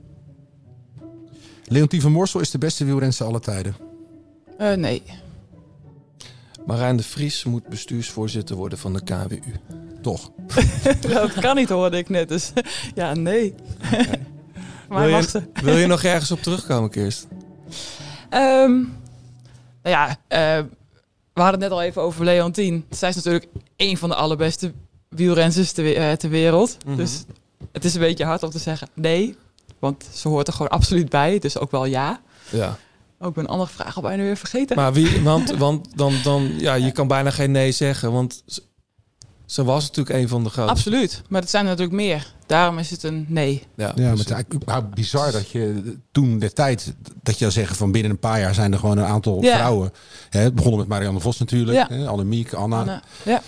B: Leontien van Moorsel is de beste wielrenster aller tijden.
F: Uh, nee.
A: Marijn de Vries moet bestuursvoorzitter worden van de K W U.
B: Toch?
F: Dat kan niet, hoorde ik net. Dus ja, nee.
A: Okay.
F: Maar
A: wil,
F: mag
A: je,
F: ze.
A: wil je nog ergens op terugkomen, Kirsten?
F: Um, nou ja, uh, we hadden het net al even over Leontien. Zij is natuurlijk een van de allerbeste wielrensters ter, uh, ter wereld. Mm-hmm. Dus het is een beetje hard om te zeggen nee. Want ze hoort er gewoon absoluut bij. Dus ook wel ja.
A: Ja.
F: Ook een andere vraag al bijna weer vergeten.
A: Maar wie, want, want dan, dan, ja, je kan bijna geen nee zeggen. Want ze was natuurlijk een van de grootste.
F: Absoluut. Maar het zijn er natuurlijk meer. Daarom is het een nee.
B: Ja, ja maar het is eigenlijk bizar dat je toen de tijd, dat je zou zeggen van binnen een paar jaar zijn er gewoon een aantal ja. vrouwen. Hè, het begon met Marianne Vos natuurlijk. Ja. Hè, Annemiek, Anna.
F: Anna. Ja.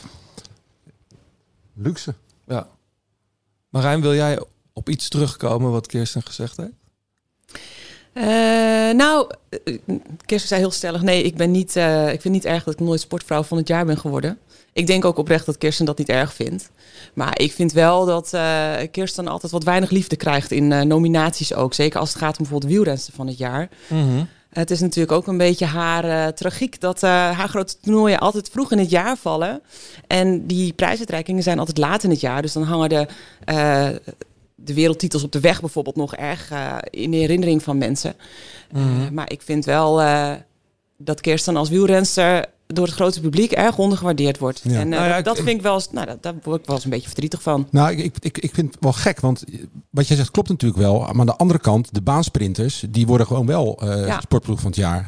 B: Luxe.
A: Ja. Marijn, wil jij op iets terugkomen wat Kirsten gezegd heeft?
G: Uh, nou, Kirsten zei heel stellig, nee, ik ben niet, uh, ik vind niet erg dat ik nooit sportvrouw van het jaar ben geworden. Ik denk ook oprecht dat Kirsten dat niet erg vindt. Maar ik vind wel dat uh, Kirsten altijd wat weinig liefde krijgt in uh, nominaties ook. Zeker als het gaat om bijvoorbeeld wielrenster van het jaar.
A: Mm-hmm.
G: Uh, het is natuurlijk ook een beetje haar uh, tragiek dat uh, haar grote toernooien altijd vroeg in het jaar vallen. En die prijsuitreikingen zijn altijd laat in het jaar. Dus dan hangen de... Uh, de wereldtitels op de weg bijvoorbeeld nog erg uh, in de herinnering van mensen. Mm-hmm. Uh, maar ik vind wel uh, dat Kirsten als wielrenster door het grote publiek erg ondergewaardeerd wordt. Ja. En uh, nou ja, dat ik, vind ik wel, nou, dat, daar word ik wel eens een beetje verdrietig van.
B: Nou, ik, ik, ik vind het wel gek, want wat jij zegt klopt natuurlijk wel. Maar aan de andere kant, de baansprinters, die worden gewoon wel uh, ja. sportploeg van het jaar.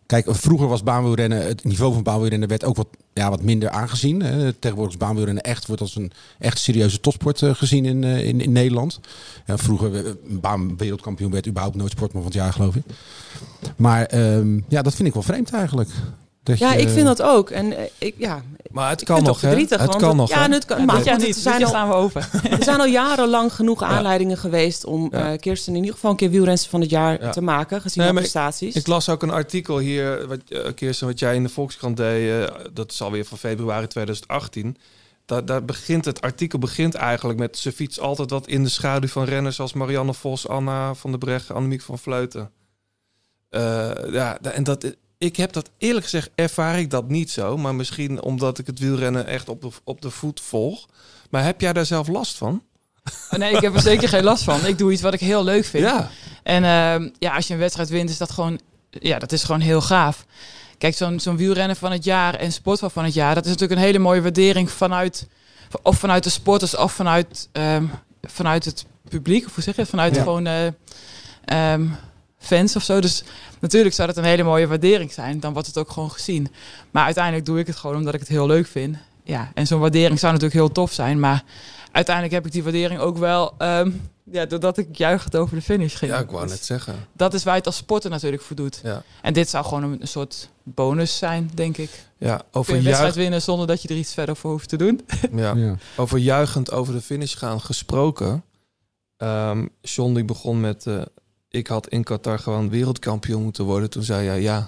B: Kijk, vroeger was baanwielrennen, het niveau van baanwielrennen werd ook wat, ja, wat minder aangezien. Hè. Tegenwoordig is baanwielrennen echt, wordt als een echt serieuze topsport uh, gezien in, uh, in, in Nederland. Ja, vroeger, een baanwereldkampioen werd überhaupt nooit sportman van het jaar, geloof ik. Maar um, ja, dat vind ik wel vreemd eigenlijk. Dat
G: ja,
B: je,
G: ik vind dat ook. En uh, ik, ja,
A: maar het
G: ik
A: kan
G: vind
A: nog,
G: het verdrietig.
A: Het
G: want
A: kan
G: het,
A: nog,
G: ja,
A: hè?
G: het kan,
F: Ja,
G: maar
F: dit jaar
G: goed,
F: niet.
G: er zijn
F: Dit jaar
G: al,
F: staan we open.
G: er zijn al jarenlang genoeg
A: Ja.
G: aanleidingen geweest om
A: Ja.
G: uh, Kirsten in ieder geval een keer wielrenster van het jaar
A: Ja.
G: te maken, gezien
A: Nee,
G: haar
A: maar
G: prestaties.
A: Ik las ook een artikel hier, wat, uh, Kirsten, wat jij in de Volkskrant deed. Uh, dat is alweer van februari tweeduizend achttien. Daar, daar begint het artikel begint eigenlijk met... ze fietst altijd wat in de schaduw van renners... als Marianne Vos, Anna van der Breggen, Annemiek van Vleuten. Uh, ja, en dat... Ik heb dat eerlijk gezegd, ervaar ik dat niet zo. Maar misschien omdat ik het wielrennen echt op de, op de voet volg. Maar heb jij daar zelf last van?
F: Oh, nee, ik heb er zeker geen last van. Ik doe iets wat ik heel leuk vind.
A: Ja.
F: En uh, ja, als je een wedstrijd wint, is dat gewoon, ja, dat is gewoon heel gaaf. Kijk, zo'n, zo'n wielrennen van het jaar en sportval van het jaar... dat is natuurlijk een hele mooie waardering vanuit... of vanuit de sporters of vanuit, um, vanuit het publiek. Of hoe zeg je het? Vanuit
A: Ja.
F: gewoon... Uh, um, fans of zo. Dus natuurlijk zou dat een hele mooie waardering zijn. Dan wordt het ook gewoon gezien. Maar uiteindelijk doe ik het gewoon omdat ik het heel leuk vind. Ja, en zo'n waardering zou natuurlijk heel tof zijn. Maar uiteindelijk heb ik die waardering ook wel... Um, ja, doordat ik juichend over de finish ging.
A: Ja, ik wou
F: Dus
A: net zeggen.
F: dat is waar je het als sporter natuurlijk voor doet.
A: Ja,
F: En dit zou gewoon een, een soort bonus zijn, denk ik.
A: ja
F: Kun
A: over,
F: je een wedstrijd
A: juich,
F: winnen zonder dat je er iets verder voor hoeft te doen.
A: ja.
B: Ja.
A: over juichend over de finish gaan gesproken. Um, John die begon met... Uh, ik had in Qatar gewoon wereldkampioen moeten worden. Toen zei jij ja.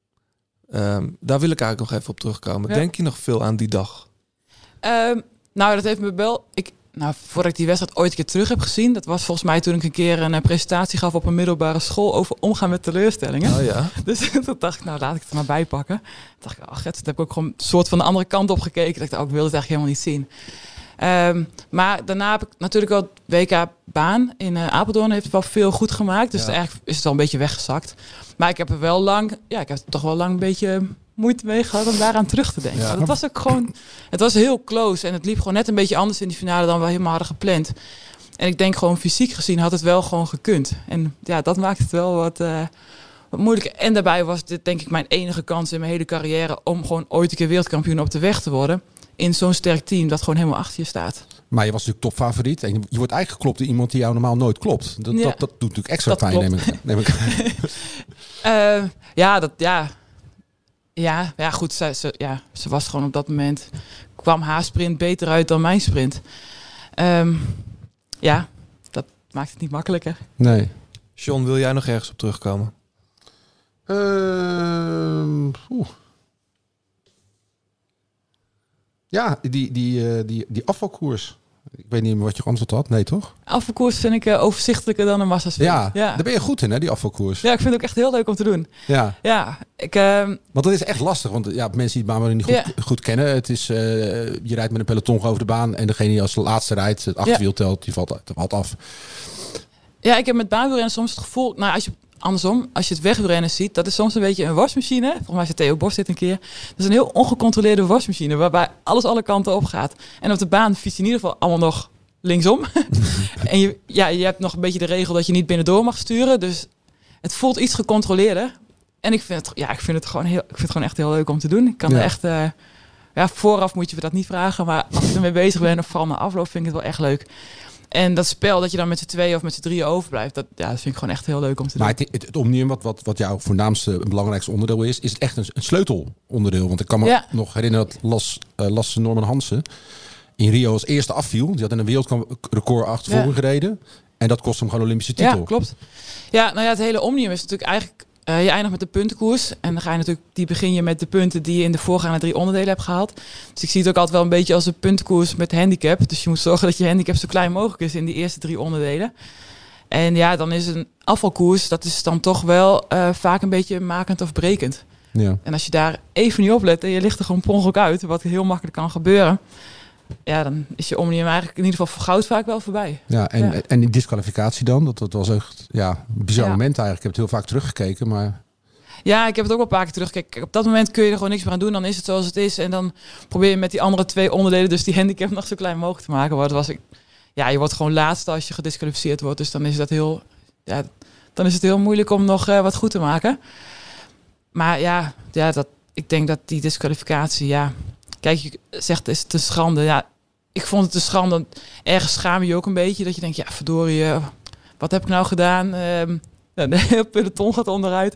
A: Um, daar wil ik eigenlijk nog even op terugkomen.
F: Ja.
A: Denk je nog veel aan die dag?
F: Um, nou, dat heeft me wel... Ik, nou, voordat ik die wedstrijd ooit een keer terug heb gezien... dat was volgens mij toen ik een keer een uh, presentatie gaf op een middelbare school... over omgaan met teleurstellingen.
A: Oh ja.
F: Dus toen dacht ik, nou, laat ik het er maar bij pakken. Toen dacht ik, ach, het, toen heb ik ook gewoon een soort van de andere kant op gekeken. Dat ik dacht, oh, ik wil het eigenlijk helemaal niet zien. Um, maar daarna heb ik natuurlijk wel W K baan in uh, Apeldoorn heeft wel veel goed gemaakt. Dus
A: Ja.
F: eigenlijk is het al een beetje weggezakt. Maar ik heb er wel lang, ja, ik heb er toch wel lang een beetje moeite mee gehad om daaraan terug te denken.
A: Ja.
F: Want het was ook gewoon, het was heel close en het liep gewoon net een beetje anders in die finale dan we helemaal hadden gepland. En ik denk gewoon fysiek gezien had het wel gewoon gekund. En ja, dat maakt het wel wat, uh, wat moeilijker. En daarbij was dit denk ik mijn enige kans in mijn hele carrière om gewoon ooit een keer wereldkampioen op de weg te worden. In zo'n sterk team dat gewoon helemaal achter je staat.
B: Maar je was natuurlijk topfavoriet. En je wordt eigenlijk geklopt door iemand die jou normaal nooit klopt. Dat,
F: Ja.
B: dat, dat doet natuurlijk extra
F: Dat
B: pijn,
F: klopt.
B: neem ik, neem ik
F: Uh, ja, dat, ja. Ja, ja, goed. Ze, ze, ja, ze was gewoon op dat moment... kwam haar sprint beter uit dan mijn sprint. Um, ja, dat maakt het niet makkelijker.
B: Nee.
A: John, wil jij nog ergens op terugkomen?
B: Uh, oeh. Ja, die, die, uh, die, die afvalkoers. Ik weet niet meer wat je antwoord had. Nee, toch?
F: Afvalkoers vind ik uh, overzichtelijker dan een massasprint.
B: Ja,
F: ja,
B: daar ben je goed in, hè, die afvalkoers.
F: ja, ik vind het ook echt heel leuk om te doen.
B: Ja.
F: Ja, ik... Uh,
B: Want dat is echt lastig. Want ja, mensen die het baan niet goed,
F: Ja.
B: goed kennen. Het is, uh, je rijdt met een peloton over de baan. En degene die als laatste rijdt, het achterwiel telt, die valt, valt af.
F: ja, ik heb met baanwielrennen soms het gevoel... Nou, als je, andersom, als je het wegrennen ziet... dat is soms een beetje een wasmachine. Volgens mij zei Theo Bos dit een keer. Dat is een heel ongecontroleerde wasmachine... waarbij alles alle kanten op gaat. En op de baan fiets je in ieder geval allemaal nog linksom. En je, ja, je hebt nog een beetje de regel dat je niet binnendoor mag sturen. Dus het voelt iets gecontroleerder. En ik vind het, ja, ik vind het, gewoon, heel, ik vind het gewoon echt heel leuk om te doen. Ik kan
B: Ja.
F: er echt... Uh, ja, vooraf moet je me dat niet vragen. Maar als ik ermee bezig ben, of vooral na afloop, vind ik het wel echt leuk. En dat spel dat je dan met z'n tweeën of met z'n drieën overblijft, dat, ja, dat vind ik gewoon echt heel leuk om te doen.
B: Maar het, het, het Omnium, wat, wat, wat jouw voornaamste en belangrijkste onderdeel is, is het echt een, een sleutelonderdeel. Want ik kan me
F: Ja.
B: nog herinneren dat Las, uh, Lasse Norman Hansen in Rio als eerste afviel. Die had in een wereldrecord achtervolging
F: Ja.
B: gereden. En dat kost hem gewoon Olympische titel.
F: Ja, klopt. Ja, nou ja, het hele Omnium is natuurlijk eigenlijk... Uh, je eindigt met de puntenkoers. En dan ga je natuurlijk, die begin je met de punten die je in de voorgaande drie onderdelen hebt gehaald. Dus ik zie het ook altijd wel een beetje als een puntenkoers met handicap. Dus je moet zorgen dat je handicap zo klein mogelijk is in die eerste drie onderdelen. En ja, dan is een afvalkoers, dat is dan toch wel uh, vaak een beetje makend of brekend.
B: Ja.
F: En als je daar even niet op let en je ligt er gewoon per ongeluk uit, wat heel makkelijk kan gebeuren. Ja, dan is je Omnium eigenlijk in ieder geval voor goud vaak wel voorbij.
B: Ja, en,
F: Ja.
B: en die disqualificatie dan, dat, dat was echt ja, een bizar
F: Ja.
B: moment eigenlijk. Ik heb het heel vaak teruggekeken, maar...
F: Ja, ik heb het ook wel een paar keer teruggekeken. Kijk, op dat moment kun je er gewoon niks meer aan doen. Dan is het zoals het is. En dan probeer je met die andere twee onderdelen, dus die handicap nog zo klein mogelijk te maken. Maar dat was ik. Ja, je wordt gewoon laatste als je gedisqualificeerd wordt. Dus dan is dat heel. Ja, dan is het heel moeilijk om nog uh, wat goed te maken. maar ja, ja dat, ik denk dat die disqualificatie, ja... Kijk, je zegt het is te schande. Ja, ik vond het te schande. Ergens schaam je ook een beetje. Dat je denkt, ja, verdorie, wat heb ik nou gedaan? Um, de hele peloton gaat onderuit.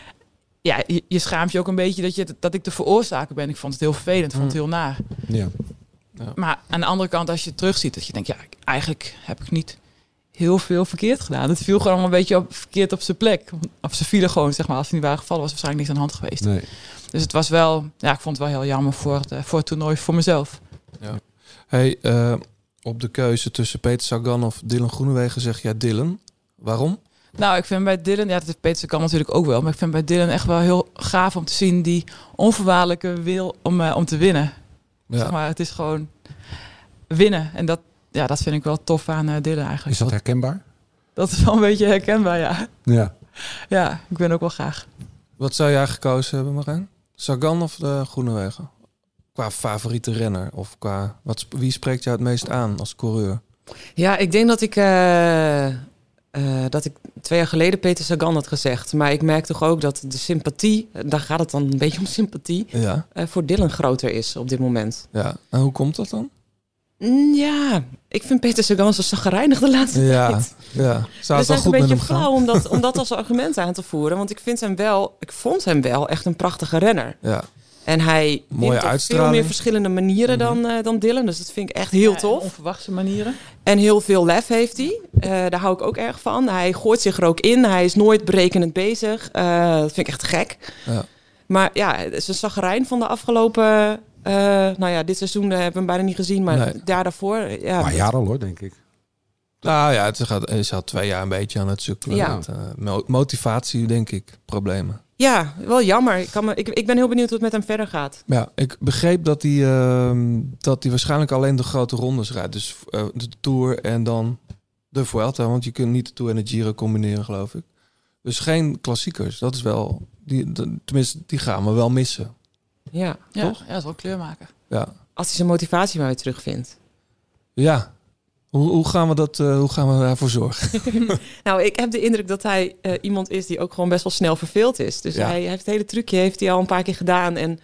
F: Ja, je, je schaamt je ook een beetje dat, je, dat ik de veroorzaker ben. Ik vond het heel vervelend, ik vond het heel naar.
B: Ja.
F: Ja. Maar aan de andere kant, als je het terugziet, dat je denkt, ja, eigenlijk heb ik niet heel veel verkeerd gedaan. Het viel gewoon een beetje op, verkeerd op zijn plek. Of ze vielen gewoon, zeg maar, als ze niet waren gevallen, was waarschijnlijk niks aan de hand geweest.
B: Nee.
F: Dus het was wel, ja, ik vond het wel heel jammer voor het, voor het toernooi, voor mezelf.
A: Ja. Hey, uh, op de keuze tussen Peter Sagan of Dylan Groenewegen zeg jij Dylan. Waarom?
F: Nou, ik vind bij Dylan, ja, dat is Peter Sagan natuurlijk ook wel, maar ik vind bij Dylan echt wel heel gaaf om te zien die onvoorwaardelijke wil om, uh, om te winnen. Ja. Zeg maar, het is gewoon winnen. En dat, ja, dat vind ik wel tof aan uh, Dylan eigenlijk.
B: Is dat herkenbaar?
F: Dat is wel een beetje herkenbaar, ja.
B: Ja.
F: Ja, ik ben ook wel graag.
A: Wat zou jij gekozen hebben, Marijn? Sagan of de Groenewegen? Qua favoriete renner of qua wat, wie spreekt jou het meest aan als coureur?
G: Ja, ik denk dat ik uh, uh, dat ik twee jaar geleden Peter Sagan had gezegd, maar ik merk toch ook dat de sympathie, daar gaat het dan een beetje om sympathie,
A: ja.
G: uh, voor Dylan groter is op dit moment.
A: Ja, en hoe komt dat dan?
G: Ja, ik vind Peter Sagan zo chagrijnig de laatste
A: ja,
G: tijd.
A: Ja, zou
G: het
A: wel goed
G: een
A: met
G: beetje
A: hem
G: flauw om dat, om dat als argument aan te voeren, want ik vind hem wel, ik vond hem wel echt een prachtige renner.
A: Ja.
G: En hij
A: wint op
G: veel meer verschillende manieren mm-hmm. dan, uh, dan Dylan. Dus dat vind ik echt heel
F: ja,
G: tof.
F: Onverwachte manieren.
G: En heel veel lef heeft hij. Uh, daar hou ik ook erg van. Hij gooit zich er ook in. Hij is nooit berekenend bezig. Uh, dat vind ik echt gek. Ja. Maar ja, het is een zagrijn van de afgelopen... Uh, nou ja, dit seizoen hebben we hem bijna niet gezien. Maar nee. daar daarvoor... Ja,
B: maar jaar al hoor, denk ik.
A: Nou ja, het gaat, is al twee jaar een beetje aan het sukkelen.
G: Ja.
A: Met, uh, motivatie, denk ik, problemen.
G: Ja, wel jammer. Ik, kan me, ik, ik ben heel benieuwd hoe het met hem verder gaat.
A: Ja, ik begreep dat hij, uh, dat hij waarschijnlijk alleen de grote rondes rijdt. Dus uh, de Tour en dan de Vuelta. Want je kunt niet de Tour en de Giro combineren, geloof ik. Dus geen klassiekers. Dat is wel... Die, de, tenminste, die gaan we wel missen.
G: Ja,
F: ja,
G: toch?
F: Ja, dat is wel kleur maken.
A: Ja.
G: Als hij zijn motivatie maar weer terugvindt.
A: Ja. Hoe, hoe, gaan we dat, uh, hoe gaan we daarvoor zorgen?
G: Nou, ik heb de indruk dat hij uh, iemand is die ook gewoon best wel snel verveeld is. Dus ja. hij heeft het hele trucje heeft hij al een paar keer gedaan. En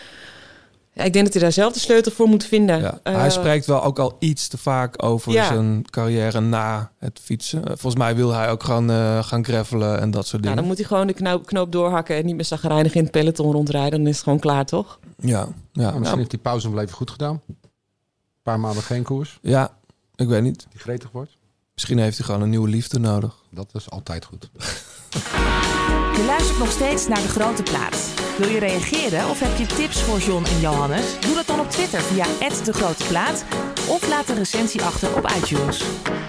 G: ja, ik denk dat hij daar zelf de sleutel voor moet vinden.
A: Ja.
G: Uh,
A: hij spreekt wel ook al iets te vaak over ja. zijn carrière na het fietsen. Volgens mij wil hij ook gewoon uh, gaan gravelen en dat soort dingen.
G: Ja, dan moet hij gewoon de knoop, knoop doorhakken en niet meer zagrijnig in het peloton rondrijden. Dan is het gewoon klaar, toch?
A: Ja. ja.
B: ja misschien
A: nou,
B: heeft die pauze hem wel even goed gedaan. Een paar maanden geen koers.
A: Ja. Ik weet niet.
B: Die gretig wordt.
A: Misschien heeft hij gewoon een nieuwe liefde nodig.
B: Dat is altijd goed.
E: Je luistert nog steeds naar De Grote Plaat. Wil je reageren of heb je tips voor John en Johannes? Doe dat dan op Twitter via at De Grote Plaat of laat een recensie achter op iTunes.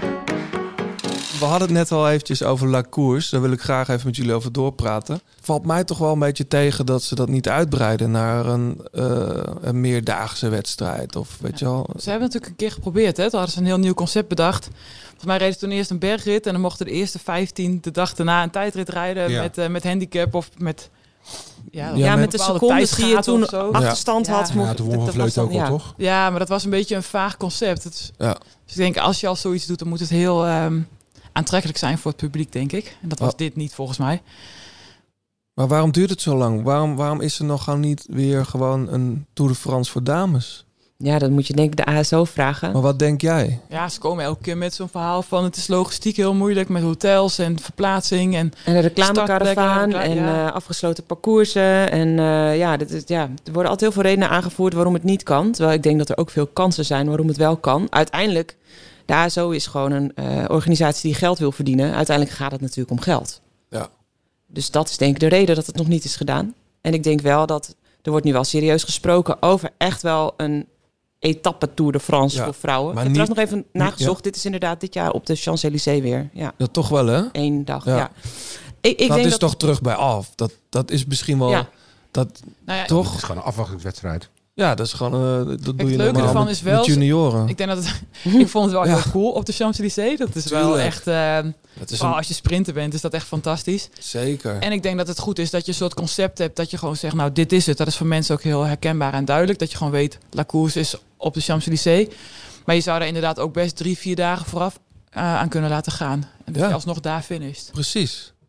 A: We hadden het net al eventjes over La Course. Daar wil ik graag even met jullie over doorpraten. Valt mij toch wel een beetje tegen dat ze dat niet uitbreiden naar een, uh, een meerdaagse wedstrijd. Of weet ja. je wel.
F: Ze hebben natuurlijk een keer geprobeerd. Hè? Toen hadden ze een heel nieuw concept bedacht. Volgens mij reden ze toen eerst een bergrit. En dan mochten de eerste vijftien de dag daarna een tijdrit rijden. Ja. Met, uh, met handicap of met...
G: Ja, ja, met de secondes die je toen achterstand
F: ja.
G: had.
B: Ja, ja, toen won Van Vleuten ook wel, ja. toch?
F: Ja, maar dat was een beetje een vaag concept. Het,
A: ja.
F: Dus ik denk, als je al zoiets doet, dan moet het heel... Um, aantrekkelijk zijn voor het publiek, denk ik. En dat was oh. dit niet, volgens mij.
A: Maar waarom duurt het zo lang? Waarom, waarom is er nog gewoon niet weer gewoon een Tour de France voor dames?
G: Ja, dat moet je denk ik de A S O vragen.
A: Maar wat denk jij?
F: Ja, ze komen elke keer met zo'n verhaal van... het is logistiek heel moeilijk met hotels en verplaatsing. En,
G: en een reclamekaravaan en ja. uh, afgesloten parcoursen. En uh, ja, dit is, ja, er worden altijd heel veel redenen aangevoerd waarom het niet kan. Terwijl ik denk dat er ook veel kansen zijn waarom het wel kan. Uiteindelijk... De A S O is gewoon een uh, organisatie die geld wil verdienen. Uiteindelijk gaat het natuurlijk om geld.
A: Ja.
G: Dus dat is denk ik de reden dat het nog niet is gedaan. En ik denk wel dat er wordt nu wel serieus gesproken over echt wel een etappe Tour de France ja, voor vrouwen. Ik heb trouwens nog even nagezocht. Ja. Dit is inderdaad dit jaar op de Champs-Élysées weer. Ja,
A: ja toch wel hè?
G: Eén dag,
A: ja.
G: ja. Ik, ik
A: dat
G: denk
A: is
G: dat
A: toch terug bij af. Dat, dat is misschien wel... Ja. Dat,
F: nou ja,
A: toch?
B: Het is gewoon een afwachtingswedstrijd.
A: Ja, dat is gewoon. Uh, dat
F: Kijk,
A: doe je
F: het leuke ervan is wel.
A: Junioren.
F: Ik denk dat het. ik vond het wel ja. heel cool op de Champs-Élysées. Dat is Tuurlijk. wel echt. Uh, dat is oh, een... Als je sprinter bent, is dat echt fantastisch.
A: Zeker.
F: En ik denk dat het goed is dat je een soort concept hebt dat je gewoon zegt, nou, dit is het. Dat is voor mensen ook heel herkenbaar en duidelijk. Dat je gewoon weet, La Course is op de Champs-Élysées. Maar je zou daar inderdaad ook best drie, vier dagen vooraf uh, aan kunnen laten gaan. En dat ja. je alsnog daar finisht.
A: Precies. Ja.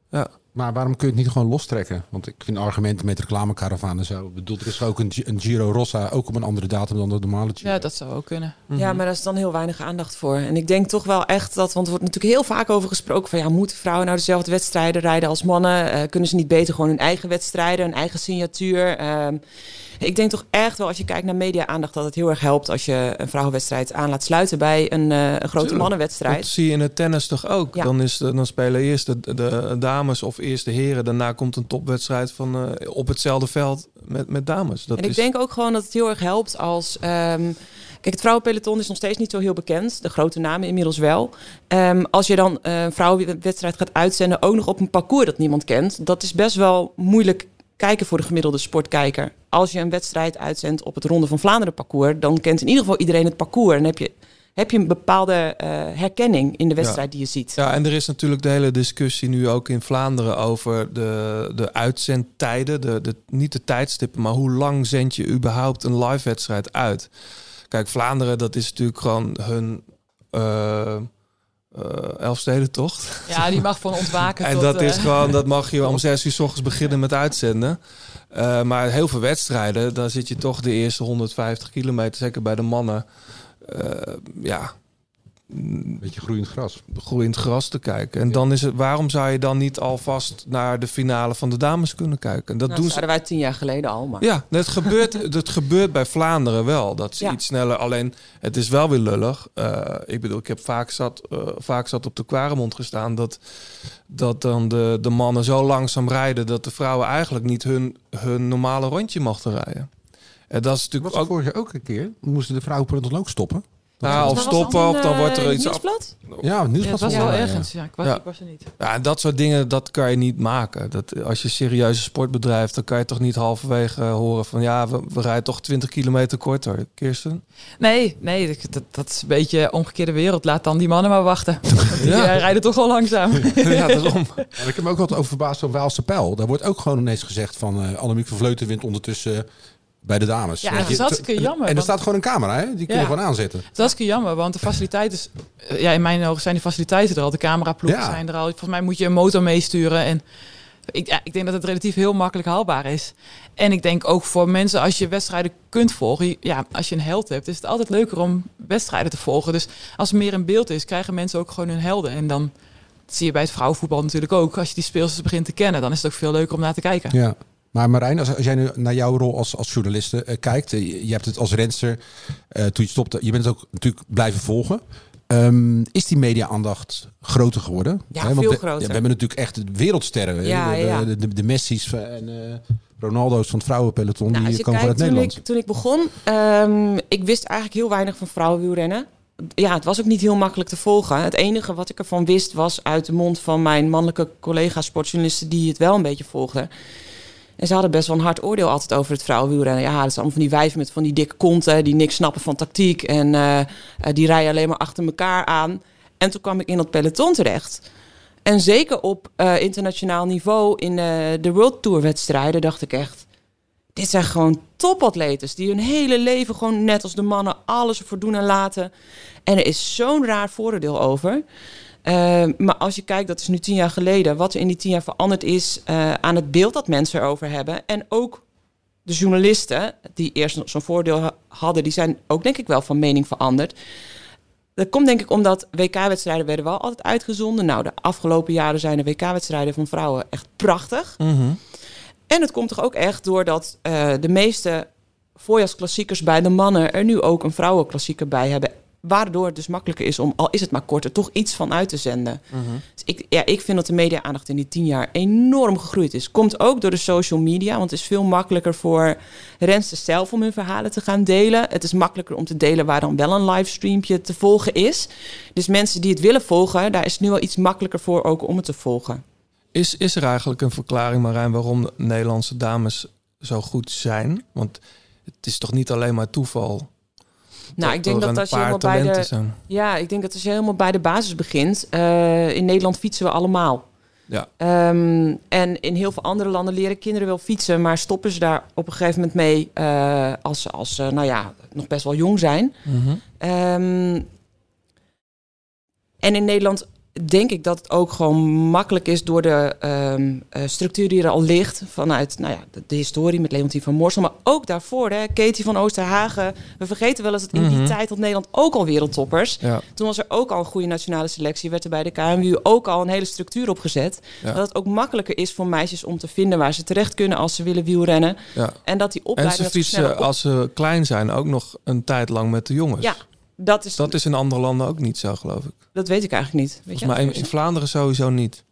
B: Maar waarom kun je het niet gewoon lostrekken? Want ik vind argumenten met reclamekaravaan en zo. Ik bedoel, er is ook een, Gi- een Giro Rossa, ook op een andere datum dan de normale Giro.
F: Ja, dat zou ook kunnen.
G: Ja, maar daar is dan heel weinig aandacht voor. En ik denk toch wel echt dat, want er wordt natuurlijk heel vaak over gesproken van ja, moeten vrouwen nou dezelfde wedstrijden rijden als mannen? Uh, kunnen ze niet beter gewoon hun eigen wedstrijden, hun eigen signatuur? Uh, ik denk toch echt wel, als je kijkt naar media-aandacht, dat het heel erg helpt als je een vrouwenwedstrijd aan laat sluiten bij een, uh, een grote
A: Tuurlijk.
G: mannenwedstrijd.
A: Dat zie je in het tennis toch ook.
G: Ja.
A: Dan, is de, dan spelen eerst de, de dames of eerst de heren. Daarna komt een topwedstrijd van, uh, op hetzelfde veld met, met dames. Dat
G: en ik
A: is...
G: denk ook gewoon dat het heel erg helpt als... Um, kijk, het vrouwenpeloton is nog steeds niet zo heel bekend. De grote namen inmiddels wel. Um, als je dan een uh, vrouwenwedstrijd gaat uitzenden, ook nog op een parcours dat niemand kent, dat is best wel moeilijk kijken voor de gemiddelde sportkijker. Als je een wedstrijd uitzendt op het Ronde van Vlaanderen parcours, dan kent in ieder geval iedereen het parcours. En heb je, heb je een bepaalde uh, herkenning in de wedstrijd
A: ja.
G: die je ziet.
A: Ja, en er is natuurlijk de hele discussie nu ook in Vlaanderen over de, de uitzendtijden. De, de, niet de tijdstippen, maar hoe lang zend je überhaupt een live wedstrijd uit? Kijk, Vlaanderen, dat is natuurlijk gewoon hun uh, uh, Elfstedentocht.
F: Ja, die mag van ontwaken
A: en
F: tot...
A: dat is
F: uh...
A: gewoon, dat mag je om zes uur 's ochtends beginnen met uitzenden. Uh, maar heel veel wedstrijden, dan zit je toch de eerste honderdvijftig kilometer, zeker bij de mannen, uh, ja,
B: beetje groeiend gras.
A: Groeiend gras te kijken. En dan is het, waarom zou je dan niet alvast naar de finale van de dames kunnen kijken? Dat
G: nou,
A: doen
G: dat
A: ze.
G: wij tien jaar geleden al. Maar...
A: Ja, het gebeurt, het gebeurt bij Vlaanderen wel. Dat ze
G: ja.
A: iets sneller. Alleen, het is wel weer lullig. Uh, ik bedoel, ik heb vaak zat, uh, vaak zat op de Quaremont gestaan dat, dat dan de, de mannen zo langzaam rijden dat de vrouwen eigenlijk niet hun, hun normale rondje mochten rijden. En dat is natuurlijk
B: was
A: ook.
B: vorig jaar ook een keer. Moesten de vrouwen per ook stoppen.
A: Nou, of stoppen,
G: een,
A: of dan wordt er
G: uh,
A: iets af.
G: nieuwsblad?
B: Ja, het nieuwsblad
F: ja, het was
B: wel,
F: wel
B: ja.
F: ergens. Ja, ik, was,
A: Ja.
F: ik was er niet.
A: Ja, en dat soort dingen, dat kan je niet maken. Dat, als je een serieuze sportbedrijf, dan kan je toch niet halverwege horen van ja, we, we rijden toch twintig kilometer korter. Kirsten?
F: Nee, nee dat, dat is een beetje omgekeerde wereld. Laat dan die mannen maar wachten. Die
A: Ja.
F: uh, rijden toch wel langzaam.
A: Ja, daarom.
B: En ik heb me ook wat over verbaasd van Waalse Pijl. Daar wordt ook gewoon ineens gezegd van uh, Annemiek van Vleuten wint ondertussen uh, bij de dames.
F: Ja,
B: Weet
F: dat
B: je,
F: is hartstikke
B: en-
F: jammer,
B: En er
F: want-
B: staat gewoon een camera, hè? Die kun je
F: Ja.
B: gewoon aanzetten.
F: Dat is hartstikke jammer, want de faciliteiten... is- Ja, in mijn ogen zijn die faciliteiten er al. De cameraploegen
B: Ja.
F: zijn er al. Volgens mij moet je een motor meesturen. En ik, ja, ik denk dat het relatief heel makkelijk haalbaar is. En ik denk ook voor mensen, als je wedstrijden kunt volgen... Ja, als je een held hebt, is het altijd leuker om wedstrijden te volgen. Dus als er meer in beeld is, krijgen mensen ook gewoon hun helden. En dan dat zie je bij het vrouwenvoetbal natuurlijk ook. Als je die speelsters begint te kennen, dan is het ook veel leuker om naar te kijken.
B: Ja. Maar Marijn, als, als jij nu naar jouw rol als, als journaliste uh, kijkt, uh, je, je hebt het als renster, uh, toen je stopte, je bent het ook natuurlijk blijven volgen. Um, is die media-aandacht groter geworden?
G: Ja,
B: Hè, want
G: veel
B: we,
G: groter.
B: Ja, we hebben natuurlijk echt wereldsterren.
G: Ja,
B: hè? de,
G: ja.
B: de, de, de Messi's en uh, Ronaldo's van het vrouwenpeloton,
G: Nou, als
B: die
G: je
B: komen
G: kijkt,
B: vanuit
G: toen
B: Nederland.
G: ik, toen ik begon, um, ik wist eigenlijk heel weinig van vrouwenwielrennen. Ja, het was ook niet heel makkelijk te volgen. Het enige wat ik ervan wist was uit de mond van mijn mannelijke collega's sportjournalisten die het wel een beetje volgden. En ze hadden best wel een hard oordeel altijd over het vrouwenwielrennen. Ja, dat is allemaal van die wijven met van die dikke konten die niks snappen van tactiek. En uh, uh, die rijden alleen maar achter elkaar aan. En toen kwam ik in dat peloton terecht. En zeker op uh, internationaal niveau in uh, de World Tour wedstrijden dacht ik echt... Dit zijn gewoon topatletes die hun hele leven gewoon net als de mannen alles ervoor doen en laten. En er is zo'n raar vooroordeel over. Uh, maar als je kijkt, dat is nu tien jaar geleden, wat er in die tien jaar veranderd is uh, aan het beeld dat mensen erover hebben. En ook de journalisten die eerst zo'n voordeel ha- hadden, die zijn ook denk ik wel van mening veranderd. Dat komt denk ik omdat W K-wedstrijden werden wel altijd uitgezonden. Nou, de afgelopen jaren zijn de W K-wedstrijden van vrouwen echt prachtig.
A: Mm-hmm.
G: En het komt toch ook echt doordat uh, de meeste voorjaarsklassiekers bij de mannen er nu ook een vrouwenklassieker bij hebben. Waardoor het dus makkelijker is om, al is het maar korter, toch iets van uit te zenden.
A: Mm-hmm.
G: Dus ik, ja, ik vind dat de media-aandacht in die tien jaar enorm gegroeid is. Komt ook door de social media, want het is veel makkelijker voor rensters zelf om hun verhalen te gaan delen. Het is makkelijker om te delen waar dan wel een livestreampje te volgen is. Dus mensen die het willen volgen, daar is het nu wel iets makkelijker voor ook om het te volgen.
A: Is, is er eigenlijk een verklaring, Marijn, waarom de Nederlandse dames zo goed zijn? Want het is toch niet alleen maar toeval?
G: Nou, ik denk
A: er
G: dat
A: een
G: als je
A: paar
G: helemaal bij
A: talenten
G: de,
A: zijn.
G: ja, ik denk dat als je helemaal bij de basis begint, uh, in Nederland fietsen we allemaal.
A: Ja.
G: Um, en in heel veel andere landen leren kinderen wel fietsen, maar stoppen ze daar op een gegeven moment mee uh, als ze, als, uh, nou ja, nog best wel jong zijn.
A: Mm-hmm.
G: Um, en in Nederland denk ik dat het ook gewoon makkelijk is door de um, uh, structuur die er al ligt. Vanuit nou ja, de, de historie met Leontien van Moorsel. Maar ook daarvoor, hè, Katie van Oosterhagen. We vergeten wel eens dat in die
A: Mhm.
G: tijd had Nederland ook al wereldtoppers.
A: Ja.
G: Toen was er ook al een goede nationale selectie. Werd er bij de K M U ook al een hele structuur opgezet.
A: Ja.
G: Dat het ook makkelijker is voor meisjes om te vinden waar ze terecht kunnen als ze willen wielrennen.
A: Ja.
G: En dat die
A: En
G: opleiding...
A: ze
G: dat sneller
A: fietsen
G: op-
A: als ze klein zijn ook nog een tijd lang met de jongens.
G: Ja, dat is,
A: Dat is in andere landen ook niet zo, geloof ik.
G: dat weet ik eigenlijk niet. Weet je?
A: Volgens mij in, in Vlaanderen sowieso niet.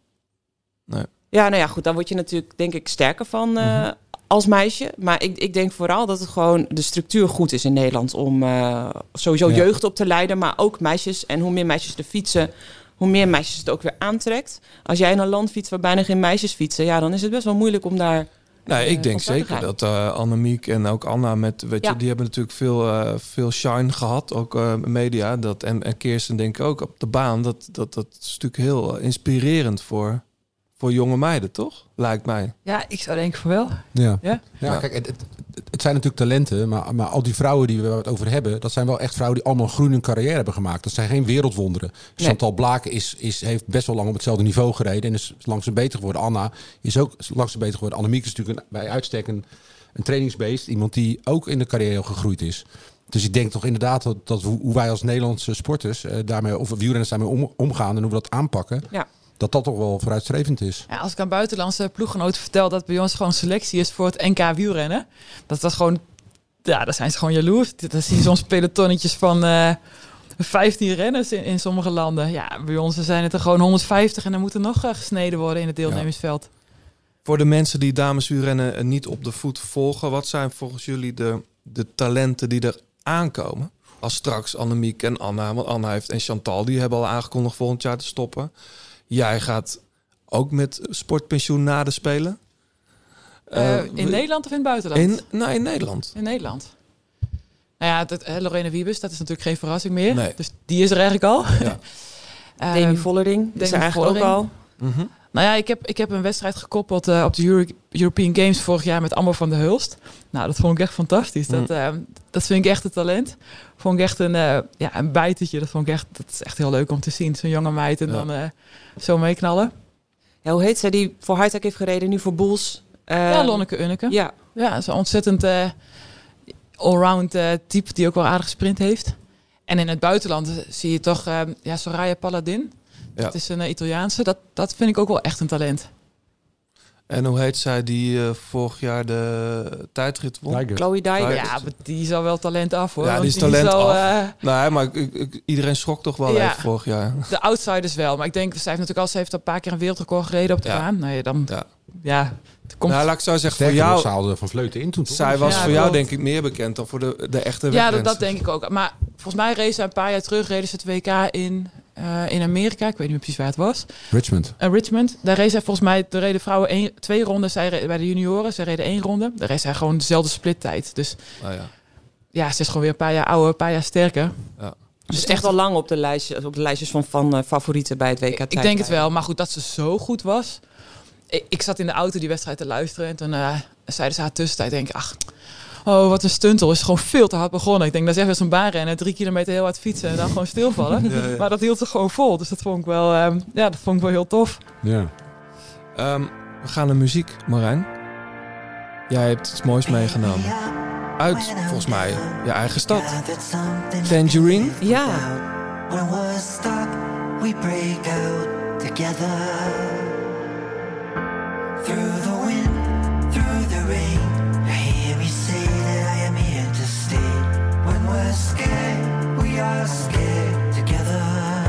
G: Ja, nou ja, goed. Dan word je natuurlijk, denk ik, sterker van uh,
A: Mhm.
G: als meisje. Maar ik, ik denk vooral dat het gewoon de structuur goed is in Nederland om uh, sowieso
B: Ja.
G: jeugd op te leiden, maar ook meisjes. En hoe meer meisjes er fietsen, hoe meer meisjes het ook weer aantrekt. Als jij in een land fietst waar bijna geen meisjes fietsen, ja, dan is het best wel moeilijk om daar.
A: Nee,
G: uh,
A: ik denk
G: op start te
A: zeker
G: gaan.
A: dat uh, Annemiek en ook Anna met, weet
G: Ja.
A: je, die hebben natuurlijk veel, uh, veel shine gehad, ook uh, media. Dat, en, en Kirsten denk ik ook op de baan. Dat, dat, dat is natuurlijk heel uh, inspirerend voor, voor jonge meiden, toch? Lijkt mij.
F: Ja, ik zou denken van wel.
B: Ja.
F: Ja?
B: Ja,
A: Ja.
B: kijk, het, het, het zijn natuurlijk talenten, maar, maar al die vrouwen die we het over hebben, dat zijn wel echt vrouwen die allemaal een groeiende carrière hebben gemaakt. Dat zijn geen wereldwonderen.
G: Nee.
B: Chantal Blaak is, is, heeft best wel lang op hetzelfde niveau gereden en is langzaam beter geworden. Anna is ook langzaam beter geworden. Annemiek is natuurlijk een, bij uitstek een, een trainingsbeest. Iemand die ook in de carrière heel gegroeid is. Dus ik denk toch inderdaad dat, dat hoe wij als Nederlandse sporters uh, daarmee, of wielrenners daarmee om, omgaan en hoe we dat aanpakken,
G: Ja.
B: dat dat toch wel vooruitstrevend is.
F: Ja, als ik aan buitenlandse ploeggenoten vertel dat bij ons gewoon selectie is voor het N K wielrennen. Dat dat gewoon, ja, daar zijn ze gewoon jaloers. Dan zie je soms pelotonnetjes van uh, vijftien renners in, in sommige landen. Ja, bij ons zijn het er gewoon honderdvijftig en dan moet er nog uh, gesneden worden in het deelnemersveld.
A: Voor de mensen die dameswielrennen uh, niet op de voet volgen, wat zijn volgens jullie de, de talenten die er aankomen? Als straks Annemiek en Anna, want Anna heeft en Chantal, die hebben al aangekondigd volgend jaar te stoppen. Jij gaat ook met sportpensioen na de Spelen?
F: Uh,
A: Uh,
F: in
A: we-
F: Nederland of in het buitenland?
A: In, nou, in Nederland.
F: In Nederland. Nou ja, dat, uh, Lorena Wiebes, dat is natuurlijk geen verrassing meer.
A: Nee.
F: Dus die is er eigenlijk al.
A: Ja.
G: Demi
F: Ehm,
G: Vollering is er
F: Demi
G: eigenlijk ook al.
F: Vollering.
A: Mhm.
F: Nou ja, ik heb, ik heb een wedstrijd gekoppeld uh, op de Euro- European Games vorig jaar met Amber van der Hulst. Nou, dat vond ik echt fantastisch.
A: Mm.
F: Dat, uh, dat vind ik echt een talent. Vond ik echt een, uh, ja, een bijtetje. Dat vond ik echt, dat is echt heel leuk om te zien. Zo'n jonge meid en
A: Ja.
F: dan uh, zo meeknallen.
G: Ja, hoe heet zij die voor Hightech heeft gereden, nu voor Boels? Uh,
F: ja, Lonneke Unneke.
G: Ja,
F: Ja, zo'n ontzettend uh, allround uh, type die ook wel aardig sprint heeft. En in het buitenland uh, zie je toch uh, ja, Soraya Paladin.
A: Ja.
F: Dat is een uh, Italiaanse. Dat, dat vind ik ook wel echt een talent.
A: En hoe heet zij die uh, vorig jaar de tijdrit won?
B: Tiger.
G: Chloe Dyer.
A: Ja,
F: Ja, maar die is al wel talent af hoor.
A: Ja, die
F: Want
A: is talent
F: al,
A: af.
F: uh,
A: Nee, maar ik, ik- iedereen schrok toch wel
F: Ja.
A: even vorig jaar.
F: de outsiders wel. Maar ik denk, zij heeft natuurlijk al, ze heeft al een paar keer een wereldrecord gereden op de
A: Ja.
F: baan. Nee, dan,
A: Ja.
F: ja, het komt...
A: Nou, laat ik zo zeggen, voor
B: Sterker nog,
A: jou,
B: ze haalde Van Vleuten in toen, toch?
A: zij was
F: Ja,
A: voor jou
F: klopt.
A: denk ik meer bekend dan voor de, de echte
F: ja, dat,
A: wegrensters.
F: dat denk ik ook. Maar volgens mij reed ze een paar jaar terug, reden ze het W K in, uh, in Amerika. Ik weet niet meer precies waar het was.
B: Richmond.
F: Uh, Richmond. Daar reed zij volgens mij, daar reden vrouwen één, twee ronden. Zij reden bij de junioren, zij reden één ronde. Daar reed zij gewoon dezelfde splittijd. Dus
A: Nou ja.
F: ja, ze is gewoon weer een paar jaar ouder, een paar jaar sterker.
A: Ja.
G: Dus echt, echt wel lang op de, lijstje, op de lijstjes van, van uh, favorieten bij het W K.
F: Ik denk het wel, maar goed, dat ze zo goed was. Ik, ik zat in de auto die wedstrijd te luisteren en toen uh, zeiden ze haar tussentijd, denk ik, ach, oh, wat een stuntel. Is gewoon veel te hard begonnen. Ik denk, dat is echt zo'n baanrennen, drie kilometer heel hard fietsen en dan gewoon stilvallen.
A: Ja, ja.
F: Maar dat hield ze gewoon vol, dus dat vond ik wel, um, ja, dat vond ik wel heel tof.
B: Ja.
A: Ehm, we gaan naar muziek, Marijn. Jij hebt iets moois meegenomen. Uit, volgens mij, je eigen stad. Tangerine.
G: Ja.
H: When we're stuck, we break out together. Through the wind, through the rain, you hear me say that I am here to stay. When we're scared, we are scared together.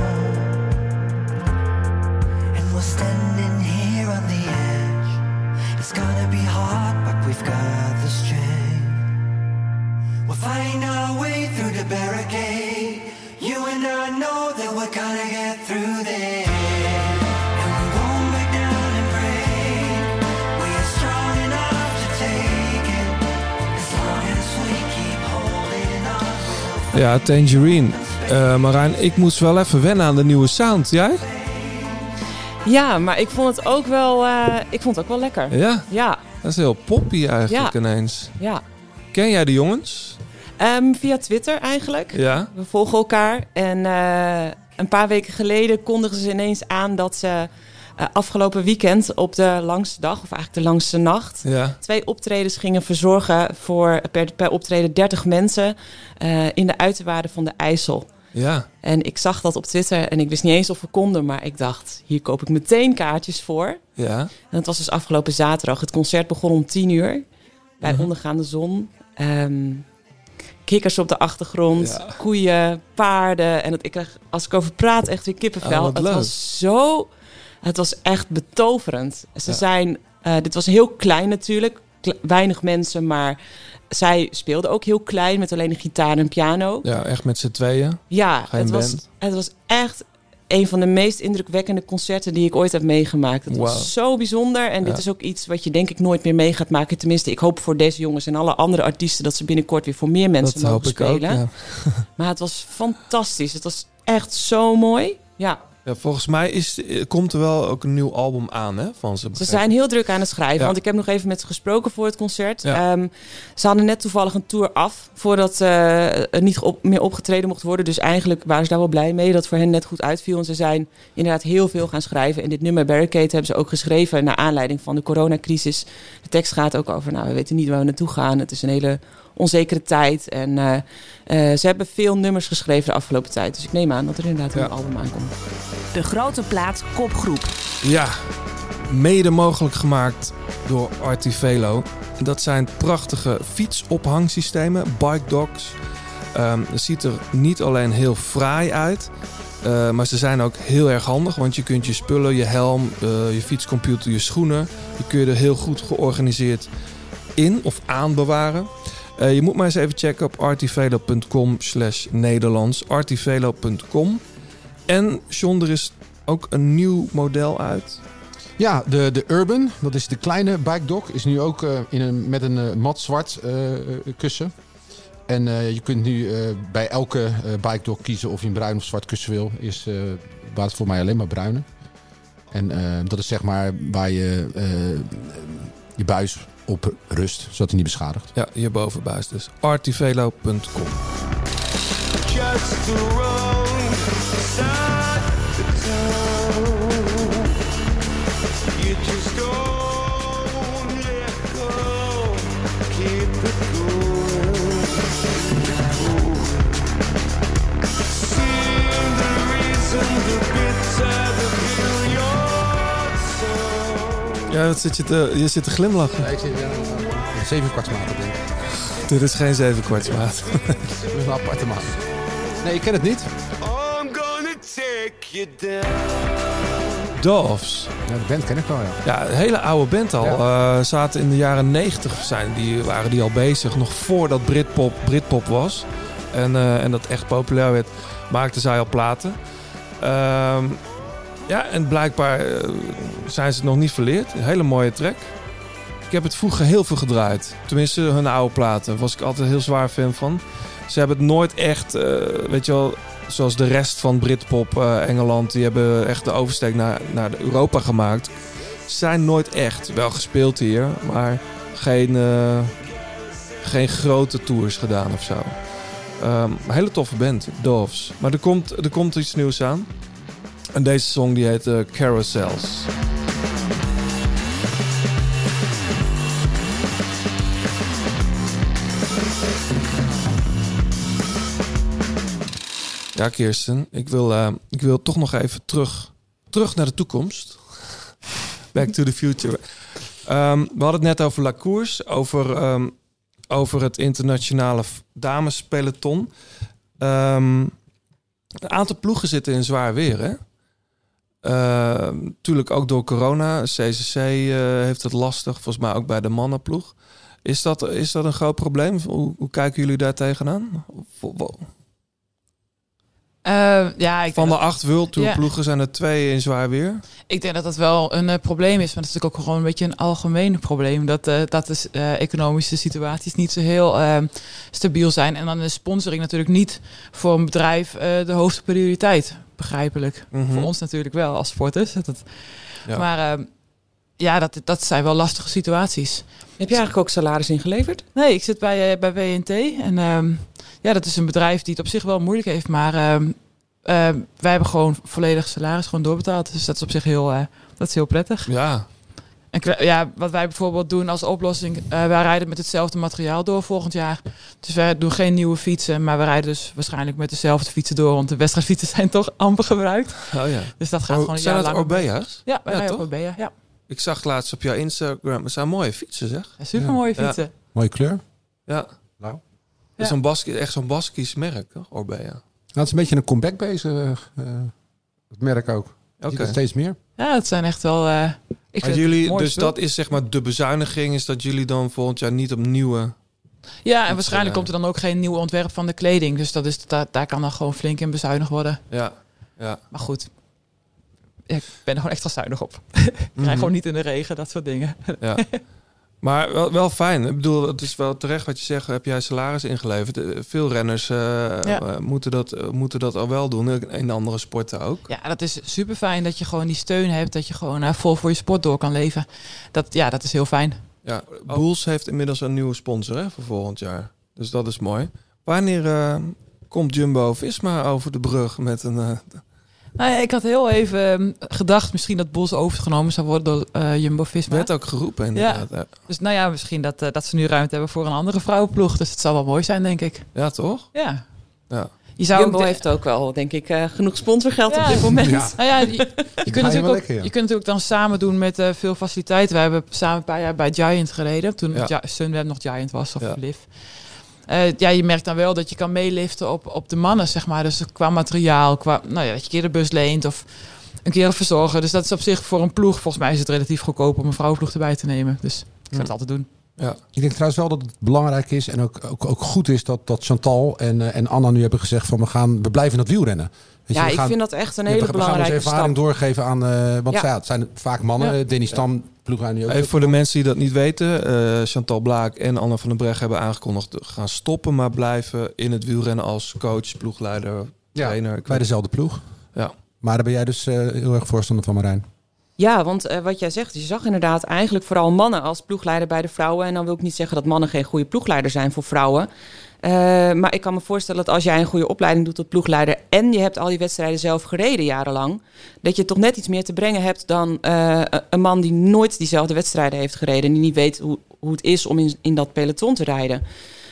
H: And we're standing here on the edge. It's gonna be hard, but we've got the strength. We'll find our way through the barricade. You and I know that we're gonna get through this. And we won't back down and break. We are strong enough to take it. As long as we keep holding on.
A: Ja, Tangerine. Uh, Marijn, ik moest wel even wennen aan de nieuwe sound. Jij?
G: Ja, maar ik vond het ook wel, uh, ik vond het ook wel lekker.
A: Ja,
G: Ja,
A: dat is heel poppy eigenlijk
G: Ja.
A: ineens.
G: ja.
A: Ken jij de jongens?
G: Um, via Twitter eigenlijk.
A: Ja.
G: We volgen elkaar. En uh, een paar weken geleden kondigden ze ineens aan dat ze uh, afgelopen weekend op de langste dag, of eigenlijk de langste nacht,
A: Ja.
G: twee optredens gingen verzorgen voor per, per optreden dertig mensen uh, in de uiterwaarden van de IJssel.
A: Ja.
G: En ik zag dat op Twitter en ik wist niet eens of we konden, maar ik dacht, hier koop ik meteen kaartjes voor.
A: Ja.
G: En dat was dus afgelopen zaterdag. Het concert begon om tien uur bij
A: Mhm.
G: ondergaande zon. Um, kikkers op de achtergrond,
A: Ja.
G: koeien, paarden. En dat, ik krijg, als ik over praat, echt weer kippenvel.
A: Oh, wat
G: het
A: leuk.
G: was zo, het was echt betoverend. Ze
A: Ja.
G: zijn, uh, dit was heel klein natuurlijk, Kle- weinig mensen, maar zij speelden ook heel klein met alleen een gitaar en piano.
A: Ja, echt met z'n tweeën.
G: Ja,
A: Geen
G: het was,
A: band.
G: het was echt een van de meest indrukwekkende concerten die ik ooit heb meegemaakt. Het
A: Wauw.
G: was zo bijzonder. En dit
A: Ja.
G: is ook iets wat je denk ik nooit meer mee gaat maken. Tenminste, ik hoop voor deze jongens en alle andere artiesten dat ze binnenkort weer voor meer mensen
A: Dat
G: mogen
A: hoop ik ook.
G: spelen.
A: Ja.
G: Maar het was fantastisch. Het was echt zo mooi. Ja,
A: Ja, volgens mij is, komt er wel ook een nieuw album aan, hè? Van ze.
G: ze zijn heel druk aan het schrijven.
A: Ja.
G: Want ik heb nog even met ze gesproken voor het concert.
A: Ja.
G: Um, ze hadden net toevallig een tour af voordat uh, er niet op, meer opgetreden mocht worden. Dus eigenlijk waren ze daar wel blij mee dat voor hen net goed uitviel. En ze zijn inderdaad heel veel gaan schrijven. En dit nummer Barricade hebben ze ook geschreven naar aanleiding van de coronacrisis. De tekst gaat ook over, nou, we weten niet waar we naartoe gaan. Het is een hele onzekere tijd. En uh, uh, ze hebben veel nummers geschreven de afgelopen tijd. Dus ik neem aan dat er inderdaad
A: Ja.
G: een album aankomt.
E: De Grote Plaat kopgroep.
A: Ja, mede mogelijk gemaakt door Artivelo. En dat zijn prachtige fietsophangsystemen, bike docks. Um, het ziet er niet alleen heel fraai uit, uh, maar ze zijn ook heel erg handig. Want je kunt je spullen, je helm, uh, je fietscomputer, je schoenen, die kun je er heel goed georganiseerd in of aan bewaren. Uh, je moet maar eens even checken op artivelo.com slash Nederlands. artivelo punt com. En John, er is ook een nieuw model uit.
B: Ja, de, de Urban, dat is de kleine bike dock, is nu ook uh, in een, met een uh, mat zwart uh, kussen. En uh, je kunt nu uh, bij elke uh, bike dock kiezen of je een bruin of zwart kussen wil. Is uh, baat voor mij alleen maar bruine. En uh, dat is zeg maar waar je uh, je buis op rust, zodat hij niet beschadigt.
A: Ja, hierboven buis dus. artivelo punt com.
C: Just the wrong side to town. You just don't let go. Keep it going. Seeing the reason, the bitter, the feel your soul.
A: Ja, wat zit je, te, je zit te glimlachen.
B: Ja, ik zit uh, zeven kwartsmaten denk ik.
A: Dit is geen zeven kwartsmaat.
B: Dat is een aparte maat. Nee, ik ken het niet.
C: I'm gonna take you down.
A: Doves.
B: Ja, de band ken ik wel, ja.
A: Ja, een hele oude band al.
B: Ja.
A: Uh, zaten in de jaren negentig zijn die, waren die al bezig. Nog voordat Britpop Britpop was. En, uh, en dat echt populair werd, maakten zij al platen. Um, ja, en blijkbaar uh, zijn ze het nog niet verleerd. Een hele mooie track. Ik heb het vroeger heel veel gedraaid. Tenminste, hun oude platen. Daar was ik altijd heel zwaar fan van. Ze hebben het nooit echt, uh, weet je wel, zoals de rest van Britpop uh, Engeland. Die hebben echt de oversteek naar, naar Europa gemaakt. Ze zijn nooit echt, wel gespeeld hier, maar geen, uh, geen grote tours gedaan of zo. Um, een hele toffe band, Doves. Maar er komt, er komt iets nieuws aan. En deze song die heet uh, Carousels. Ja, Kirsten, ik wil, uh, ik wil toch nog even terug, terug naar de toekomst. Back to the future. Um, we hadden het net over La Course, over, um, over het internationale damespeloton. Um, een aantal ploegen zitten in zwaar weer, hè? Natuurlijk uh, ook door corona. C C C uh, heeft het lastig, volgens mij ook bij de mannenploeg. Is dat, is dat een groot probleem? Hoe, hoe kijken jullie daar tegenaan?
F: Uh, ja, ik
A: Van de
F: dat,
A: acht World Tour
F: ja.
A: ploegen zijn er twee in zwaar weer.
F: Ik denk dat dat wel een uh, probleem is. Maar dat is natuurlijk ook gewoon een beetje een algemeen probleem. Dat, uh, dat de uh, economische situaties niet zo heel uh, stabiel zijn. En dan is sponsoring natuurlijk niet voor een bedrijf uh, de hoogste prioriteit. Begrijpelijk.
A: Mm-hmm.
F: Voor ons natuurlijk wel als sporters. Dat het,
A: Ja.
F: Maar uh, ja, dat, dat zijn wel lastige situaties.
G: Heb je eigenlijk ook salaris ingeleverd?
F: Nee, ik zit bij, uh, bij W N T. En uh, ja, dat is een bedrijf die het op zich wel moeilijk heeft. Maar uh, wij hebben gewoon volledig salaris gewoon doorbetaald. Dus dat is op zich heel, uh, dat is heel prettig.
A: Ja.
F: En ja, wat wij bijvoorbeeld doen als oplossing, uh, wij rijden met hetzelfde materiaal door volgend jaar. Dus wij doen geen nieuwe fietsen, maar we rijden dus waarschijnlijk met dezelfde fietsen door, want de wedstrijdfietsen zijn toch amper gebruikt.
A: Oh ja.
F: Dus dat gaat
A: oh,
F: gewoon een
A: zijn
F: jaar
A: dat
F: lang.
A: Orbea's?
F: Ja, wij
A: ja,
F: rijden
A: toch?
F: op Orbea, ja.
A: Ik zag laatst op jouw Instagram, het zijn mooie fietsen zeg.
F: Ja, super mooie
A: ja.
F: fietsen.
A: Ja.
B: Mooie kleur.
A: Ja.
B: Nou.
A: Ja. Zo'n Baski, echt zo'n Baskisch merk, toch? Orbea.
B: Nou, het is een beetje een comeback bezig, uh, het merk ook. Oké. Okay. Steeds meer.
F: Ja, het zijn echt wel. Uh, ik vind
A: jullie,
F: het
A: dus
F: spul.
A: dat is zeg maar de bezuiniging, is dat jullie dan volgend jaar niet op nieuwe.
F: Ja, en waarschijnlijk komt er dan ook geen nieuw ontwerp van de kleding. Dus dat is, daar, daar kan dan gewoon flink in bezuinigd worden.
A: Ja, ja.
F: Maar goed, ik ben er gewoon extra zuinig op. Ik rij mm-hmm. gewoon niet in de regen, dat soort dingen.
A: Ja. Maar wel, wel fijn. Ik bedoel, het is wel terecht wat je zegt. Heb jij salaris ingeleverd? Veel renners uh, ja. uh, moeten, dat, uh, moeten dat al wel doen. In andere sporten ook.
F: Ja, dat is super fijn dat je gewoon die steun hebt. Dat je gewoon uh, vol voor je sport door kan leven. Dat, ja, dat is heel fijn.
A: Ja, Bulls heeft inmiddels een nieuwe sponsor hè, voor volgend jaar. Dus dat is mooi. Wanneer uh, komt Jumbo-Visma over de brug met een... Uh,
F: Nou ja, ik had heel even gedacht misschien dat Bos overgenomen zou worden door uh, Jumbo-Visma.
A: Werd ook geroepen inderdaad.
F: Ja. Dus nou ja, misschien dat, uh, dat ze nu ruimte hebben voor een andere vrouwenploeg. Dus het zal wel mooi zijn, denk ik.
A: Ja, toch?
F: Ja.
A: Ja.
G: Je zou Jumbo de... heeft ook wel, denk ik, uh, genoeg sponsorgeld ja. op dit moment. Ja.
F: Nou ja, je, je, kunt natuurlijk ook, lekker, ja. je kunt natuurlijk dan samen doen met uh, veel faciliteiten. Wij hebben samen een paar jaar bij Giant gereden. Toen ja. Gi- Sunweb nog Giant was of ja. Liv. Uh, ja, je merkt dan wel dat je kan meeliften op, op de mannen, zeg maar. Dus qua materiaal, qua, nou ja, dat je een keer de bus leent of een keer verzorgen. Dus dat is op zich voor een ploeg, volgens mij is het relatief goedkoop om een vrouwenploeg erbij te nemen. Dus ik zou het altijd doen.
B: Ja. Ik denk trouwens wel dat het belangrijk is en ook, ook, ook goed is dat, dat Chantal en, uh, en Anna nu hebben gezegd van we gaan, we blijven in dat wielrennen.
G: Weet ja, je, ik gaan, vind dat echt een hele
B: we,
G: belangrijke
B: we gaan onze ervaring
G: stap.
B: doorgeven aan, uh, want
G: ja.
B: ja, het zijn vaak mannen. Ja. Dennis Tam, ja. ploeg nu ook.
A: Even voor de mensen die dat niet weten, uh, Chantal Blaak en Anna van den Bregg hebben aangekondigd te gaan stoppen, maar blijven in het wielrennen als coach, ploegleider,
B: ja,
A: trainer.
B: Bij dezelfde ploeg.
A: Ja.
B: Maar daar ben jij dus uh, heel erg voorstander van, Marijn.
G: Ja, want uh, wat jij zegt, je zag inderdaad eigenlijk vooral mannen als ploegleider bij de vrouwen. En dan wil ik niet zeggen dat mannen geen goede ploegleider zijn voor vrouwen. Uh, maar ik kan me voorstellen dat als jij een goede opleiding doet tot ploegleider en je hebt al die wedstrijden zelf gereden jarenlang, dat je toch net iets meer te brengen hebt dan uh, een man die nooit diezelfde wedstrijden heeft gereden en die niet weet hoe, hoe het is om in, in dat peloton te rijden.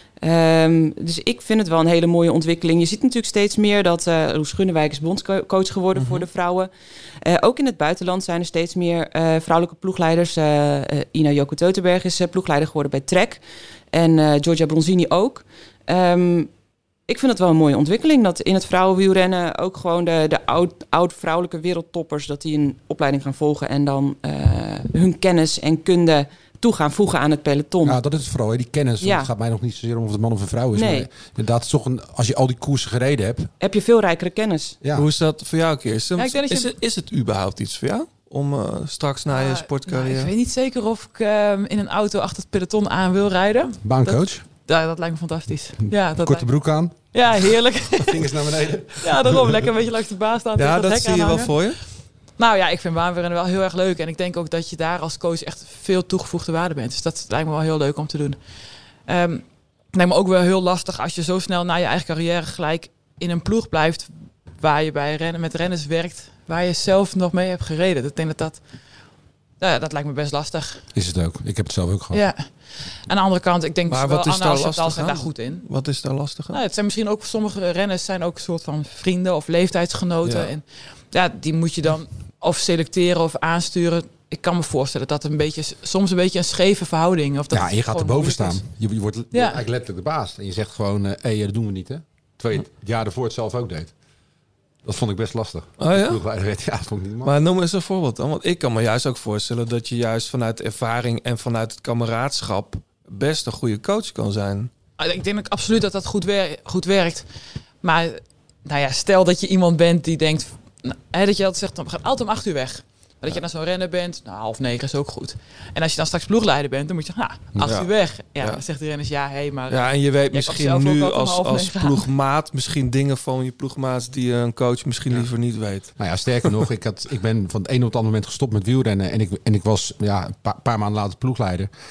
G: Um, dus ik vind het wel een hele mooie ontwikkeling. Je ziet natuurlijk steeds meer dat uh, Loes Gunnewijk is bondscoach geworden mm-hmm. voor de vrouwen. Uh, ook in het buitenland zijn er steeds meer uh, vrouwelijke ploegleiders. Uh, uh, Ina Joko Teutenberg is uh, ploegleider geworden bij Trek. En uh, Giorgia Bronzini ook. Um, ik vind het wel een mooie ontwikkeling. Dat in het vrouwenwielrennen ook gewoon de, de oud, oud vrouwelijke wereldtoppers, dat die een opleiding gaan volgen en dan uh, hun kennis en kunde toe gaan voegen aan het peloton.
B: Ja, dat is het vooral, hè? Die kennis. Ja. Het gaat mij nog niet zozeer om of het man of een vrouw is. Nee. Maar inderdaad, is toch een, als je al die koersen gereden hebt,
G: heb je veel rijkere kennis.
A: Ja. Hoe is dat voor jou, Kirsten?
F: Ja, ik denk dat
A: is,
F: je...
A: het, is het überhaupt iets voor jou? Om uh, straks na je uh, sportcarrière...
F: Nou, ik weet niet zeker of ik uh, in een auto achter het peloton aan wil rijden.
B: Baancoach?
F: Dat, ja, dat lijkt me fantastisch. Ja, dat
B: korte
F: lijkt...
B: broek aan.
F: Ja, heerlijk.
B: Vingers naar beneden.
F: Ja, daarom. Lekker een beetje langs de baan staan.
A: Ja, dat, dat zie je wel voor je?
F: Nou ja, ik vind baanwielrennen wel heel erg leuk. En ik denk ook dat je daar als coach echt veel toegevoegde waarde bent. Dus dat lijkt me wel heel leuk om te doen. Um, het lijkt me ook wel heel lastig als je zo snel na je eigen carrière gelijk in een ploeg blijft waar je bij rennen, met renners werkt, waar je zelf nog mee hebt gereden. Ik denk dat dat... Ja, dat lijkt me best lastig.
B: Is het ook. Ik heb het zelf ook gehad.
F: Ja. Aan de andere kant, ik denk
A: maar
F: wel,
A: wat is
F: Anna
A: daar
F: en Chantal zijn
A: aan?
F: daar goed in.
A: Wat is daar lastig aan?
F: Nou, het zijn misschien ook sommige renners zijn ook een soort van vrienden of leeftijdsgenoten.
A: Ja.
F: En ja, die moet je dan of selecteren of aansturen. Ik kan me voorstellen dat het een beetje, soms een beetje een scheve verhouding. Of dat
B: ja, en je gaat erboven staan. Je, je wordt
F: ja.
B: eigenlijk letterlijk de baas. En je zegt gewoon, hé, uh, hey, dat doen we niet, hè? Terwijl je het jaar ervoor het zelf ook deed. Dat vond ik best lastig.
A: Oh ja?
B: Ja, dat vond ik niet
A: maar noem eens een voorbeeld dan. Want ik kan me juist ook voorstellen dat je juist vanuit ervaring en vanuit het kameraadschap best een goede coach kan zijn.
F: Ik denk ook absoluut dat dat goed, wer- goed werkt. Maar nou ja, stel dat je iemand bent die denkt, nou, hè, dat je altijd zegt, we gaan altijd om acht uur weg. Maar dat je dan zo'n renner bent, nou, half negen is ook goed. En als je dan straks ploegleider bent, dan moet je zeggen, nou, acht
A: ja.
F: uur weg. Ja,
A: ja.
F: Dan zegt de renners, ja, hé, hey, maar...
A: Ja, en je weet misschien nu als, als
F: gaan.
A: ploegmaat misschien dingen van je ploegmaat die een coach misschien ja. liever niet weet.
B: Nou ja, sterker nog, ik, had, ik ben van het een op het andere moment gestopt met wielrennen. En ik, en ik was ja, een pa- paar maanden later ploegleider.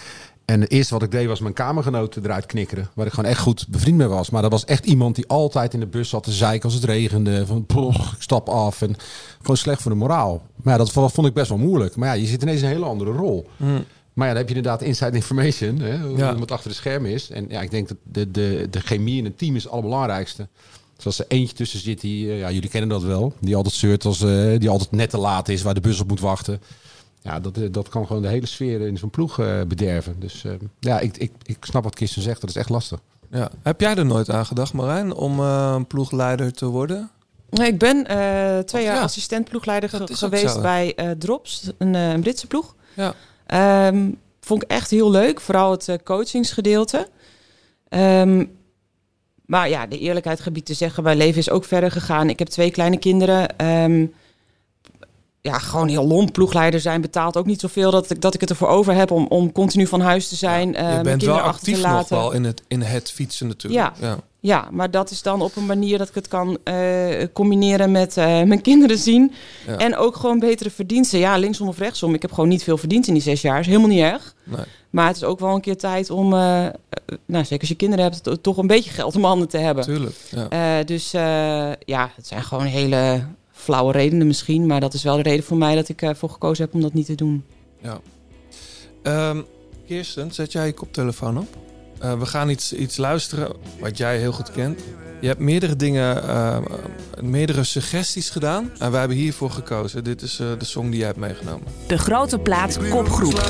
B: En het eerste wat ik deed was mijn kamergenoten eruit knikkeren. Waar ik gewoon echt goed bevriend mee was. Maar dat was echt iemand die altijd in de bus zat te zeiken als het regende. Van, poch, ik stap af. En gewoon slecht voor de moraal. Maar ja, dat vond ik best wel moeilijk. Maar ja, je zit ineens in een hele andere rol.
A: Mm.
B: Maar ja, dan heb je inderdaad inside information. Hè, hoe
A: Ja.
B: iemand achter de schermen is. En ja, ik denk dat de, de, de chemie in een team is het allerbelangrijkste. Dus als er eentje tussen zit die, uh, ja, jullie kennen dat wel. Die altijd zeurt, als, uh, die altijd net te laat is, waar de bus op moet wachten. Ja, dat, dat kan gewoon de hele sfeer in zo'n ploeg uh, bederven. Dus uh, ja, ik, ik, ik snap wat Kirsten zegt. Dat is echt lastig.
A: Ja. Heb jij er nooit aan gedacht, Marijn, om uh, een ploegleider te worden?
G: Nee, ik ben uh, twee jaar
A: ja.
G: assistent ploegleider ge-
A: Dat is ook
G: geweest
A: zo, hè?
G: bij uh, Drops, een, uh, een Britse ploeg.
A: Ja.
G: Um, vond ik echt heel leuk, vooral het uh, coachingsgedeelte. Um, maar ja, de eerlijkheid gebied te zeggen, mijn leven is ook verder gegaan. Ik heb twee kleine kinderen. Um, ja, gewoon heel lomp. Ploegleider zijn betaalt ook niet zoveel dat ik, dat ik het ervoor over heb om, om continu van huis te zijn.
A: Ja,
G: uh,
A: je
G: mijn
A: bent wel
G: kinderen achter te
A: actief nog
G: laten.
A: wel in het, in het fietsen natuurlijk.
G: Ja.
A: Ja.
G: Ja, maar dat is dan op een manier dat ik het kan uh, combineren met uh, mijn kinderen zien.
A: Ja.
G: En ook gewoon betere verdiensten. Ja, linksom of rechtsom. Ik heb gewoon niet veel verdiend in die zes jaar. Is helemaal niet erg.
A: Nee.
G: Maar het is ook wel een keer tijd om, uh, uh, nou zeker als je kinderen hebt, to- toch een beetje geld om handen te hebben.
A: Tuurlijk. Ja.
G: Uh, dus uh, ja, het zijn gewoon hele flauwe redenen misschien. Maar dat is wel de reden voor mij dat ik ervoor uh, gekozen heb om dat niet te doen.
A: Ja. Um, Kirsten, zet jij je koptelefoon op? Uh, we gaan iets, iets luisteren wat jij heel goed kent. Je hebt meerdere dingen, uh, meerdere suggesties gedaan. En wij hebben hiervoor gekozen. Dit is uh, de song die jij hebt meegenomen.
E: De Grote Plaats kopgroep.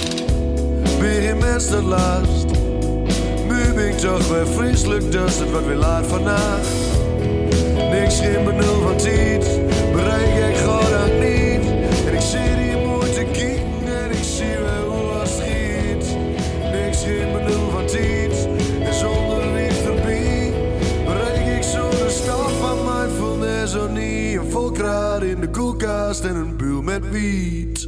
C: Weer in Mester last. Nu ben ik toch weer vreselijk, dus het wordt weer laat vandaag. Niks geen benul van tijd, bereik ik gewoon ook niet. En ik zie die moeite kijken en ik zie wel hoe het schiet. Niks geen benul van tijd, en zonder liefde erbij. Bereik ik zo de staf van mindfulness of niet. Een volkraad in de koelkast en een buil met wiet.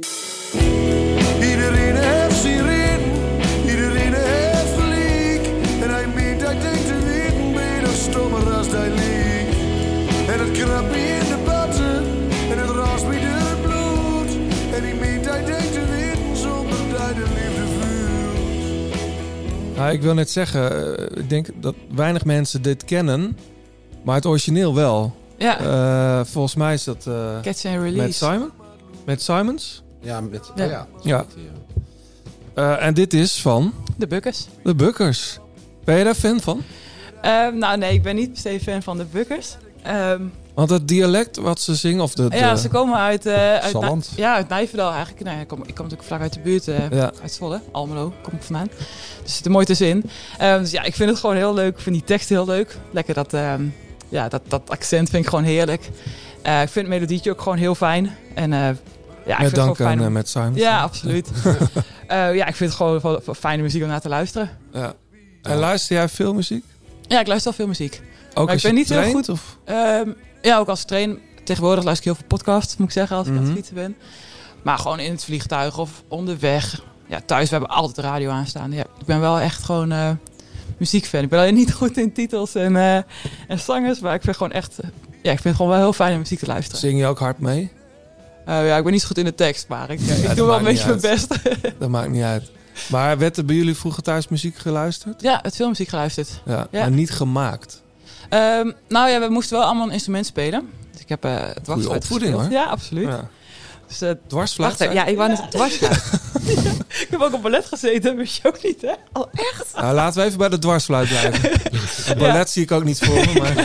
C: Iedereen heeft zijn reden, iedereen heeft gelijk. En hij meent, hij denkt te weten, beter stommer als hij liegt. En het krabt me in de batten, en het raast me door het bloed. En hij meent, hij denkt te weten, zonder dat hij de liefde voelt.
A: Nou, ik wil net zeggen, uh, ik denk dat weinig mensen dit kennen. Maar het origineel wel.
F: Ja.
A: Uh, volgens mij is dat uh,
F: Catch and Release.
A: met Simon. Met Simons.
B: Ja, met,
F: Ja.
B: Oh ja.
A: Ja. Uh, en dit is van
F: De Bukkers.
A: de Bukkers. Ben je daar fan van?
F: Um, nou nee, ik ben niet per se fan van de Bukkers. Um,
A: Want het dialect wat ze zingen, of de... de
F: ja, ze komen uit... Uh, uit
B: Salland.
F: Na- ja, uit Nijverdal eigenlijk. Nou, ja, ik, kom, ik kom natuurlijk vlak uit de buurt, uh,
A: Ja.
F: uit Zwolle. Almelo kom ik vandaan. Dus er zit er mooi tussenin. Um, dus ja, ik vind het gewoon heel leuk. Ik vind die tekst heel leuk. Lekker dat, um, ja, dat, dat accent vind ik gewoon heerlijk. Uh, ik vind het melodietje ook gewoon heel fijn. En uh, ja, ik
A: met
F: vind het
A: Dank
F: gewoon fijn
A: en
F: om-
A: uh, met Simons.
F: Ja, absoluut. uh, ja, ik vind het gewoon wel- wel fijne muziek om naar te luisteren.
A: Ja. En luister jij veel muziek?
F: Ja, ik luister al veel muziek.
A: Ook
F: Maar
A: als
F: ik ben
A: je
F: niet heel
A: traint,
F: goed-
A: Of?
F: Um, ja, ook als train. Tegenwoordig luister ik heel veel podcasts, moet ik zeggen, als ik aan
A: Mhm.
F: het fietsen ben. Maar gewoon in het vliegtuig of onderweg. Ja, thuis, we hebben altijd de radio aanstaan. Ja, ik ben wel echt gewoon uh, muziekfan. Ik ben alleen niet goed in titels en, uh, en zangers. Maar ik vind gewoon echt... Uh, ja, ik vind het gewoon wel heel fijn om muziek te luisteren.
A: Zing je ook hard mee?
F: Uh, ja, ik ben niet zo goed in de tekst, maar ik, uh, ik
A: dat
F: doe wel een
A: maakt
F: beetje mijn
A: niet
F: best.
A: Dat maakt niet uit. Maar werd er bij jullie vroeger thuis muziek geluisterd?
F: Ja, het veel muziek geluisterd.
A: Ja,
F: Ja.
A: maar niet gemaakt.
F: Um, nou ja, we moesten wel allemaal een instrument spelen. Dus ik heb uh, het
A: Goeie
F: dwarsfluit
A: opvoeding,
F: gespeeld.
A: hoor.
F: Ja, absoluut.
A: Ja.
F: Dus, uh,
A: Dwarsfluit?
G: Wacht even, ja, ik wou net dwarsfluit.
F: ik heb ook op ballet gezeten, wist je ook niet, hè?
G: Oh, echt?
A: Nou, laten we even bij de dwarsfluit blijven. Het ballet zie ik ook niet voor me, maar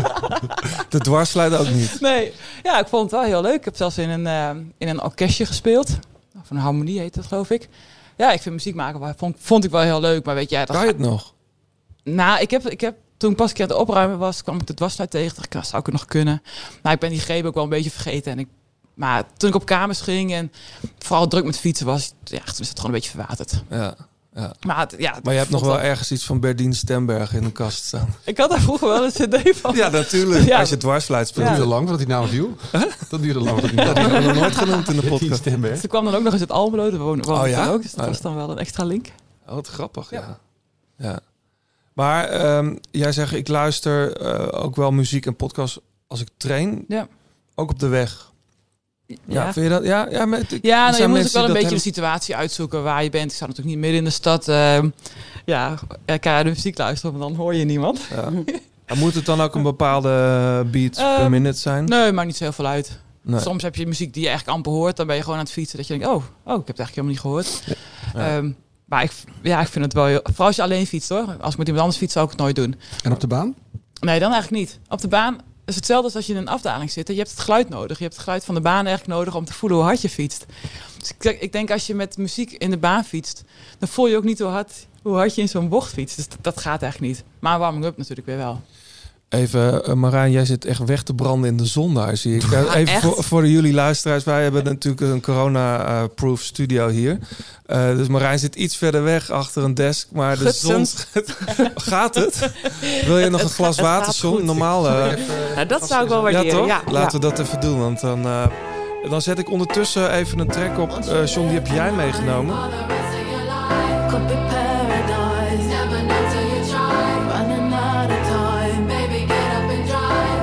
A: de dwarsfluit ook niet.
F: Nee, ja, ik vond het wel heel leuk. Ik heb zelfs in een, uh, in een orkestje gespeeld. Of een harmonie heet dat, geloof ik. Ja, ik vind muziek maken, maar vond, vond ik wel heel leuk. Maar weet je, ja, dat
A: Kan je het nog?
F: Nou, ik heb, ik heb toen ik pas een keer aan het opruimen was, kwam ik de dwarsfluit tegen. Dacht ik, nou, zou ik het nog kunnen? Nou, ik ben die greep ook wel een beetje vergeten. En ik, maar toen ik op kamers ging en vooral druk met fietsen was, ja, toen is het gewoon een beetje verwaterd.
A: Ja. Ja.
F: Maar, het, ja,
A: Maar je hebt nog
F: vond
A: wel ergens iets van Berdien Stemberg in de kast staan.
F: Ik had daar vroeger wel een cd van.
A: Ja, natuurlijk.
F: Ja.
A: Als je dwarsfluit
B: Dat
A: speelt.
B: duurde lang voordat hij naam viel. Dat duurde lang voordat hij
A: Dat
B: naam
A: hebben
B: viel.
A: we nog nooit genoemd in de
B: Die
A: podcast.
B: stem, hè?
F: Dus er kwam dan ook nog eens het Almelo, daar woonde woonde
A: Oh,
F: ik
A: ja?
F: dan ook. Dus dat
A: Oh.
F: was dan wel een extra link.
A: Oh, wat grappig, ja.
F: Ja.
A: ja. Maar ehm, jij zegt, ik luister uh, ook wel muziek en podcast als ik train.
F: Ja.
A: Ook op de weg. Ja,
F: Ja.
A: vind je dat? Ja, ja, met, ik-
F: Ja,
A: er
F: nou, je
A: zijn
F: moet ook
A: mensen
F: wel een
A: die
F: beetje
A: dat
F: de situatie uitzoeken waar je bent. Ik sta natuurlijk niet midden in de stad. Uh, ja, keihard de muziek luisteren, want dan hoor je niemand.
A: hebben- Ja. Maar moet het dan ook een bepaalde beat per
F: Um,
A: minute zijn?
F: Nee, maakt niet zo heel veel uit.
A: Nee.
F: Soms heb je muziek die je eigenlijk amper hoort. Dan ben je gewoon aan het fietsen. Dat je denkt, oh, oh ik heb het eigenlijk helemaal niet gehoord.
A: Ja.
F: Um, maar ik, ja, ik vind het wel heel... Vooral als je alleen fietst hoor. Als ik met iemand anders fiets zou ik het nooit doen.
B: En op de baan?
F: Nee, dan eigenlijk niet. Op de baan is hetzelfde als als je in een afdaling zit. Je hebt het geluid nodig. Je hebt het geluid van de baan eigenlijk nodig om te voelen hoe hard je fietst. Dus ik, ik denk als je met muziek in de baan fietst, dan voel je ook niet hoe hard, hoe hard je in zo'n bocht fietst. Dus dat, dat gaat echt niet. Maar warming-up natuurlijk weer wel.
A: Even, uh, Marijn, jij zit echt weg te branden in de zon daar, zie ik. Uh, even
F: echt?
A: voor, voor jullie luisteraars. Wij hebben natuurlijk een corona-proof studio hier. Uh, dus Marijn zit iets verder weg achter een desk. Maar de zon... Gaat het? Wil je nog een glas
G: het
A: water,
G: gaat
A: John?
G: goed.
A: Normaal... Uh,
G: Nou, dat zou ik wel
A: ja,
G: waarderen.
A: toch?
G: Ja,
A: Laten
G: ja.
A: we dat even doen. Want dan, uh, dan zet ik ondertussen even een track op. Uh, John, die heb jij meegenomen.
H: Could be paradise. Never know till you try. Running out of time. Baby, get up and drive.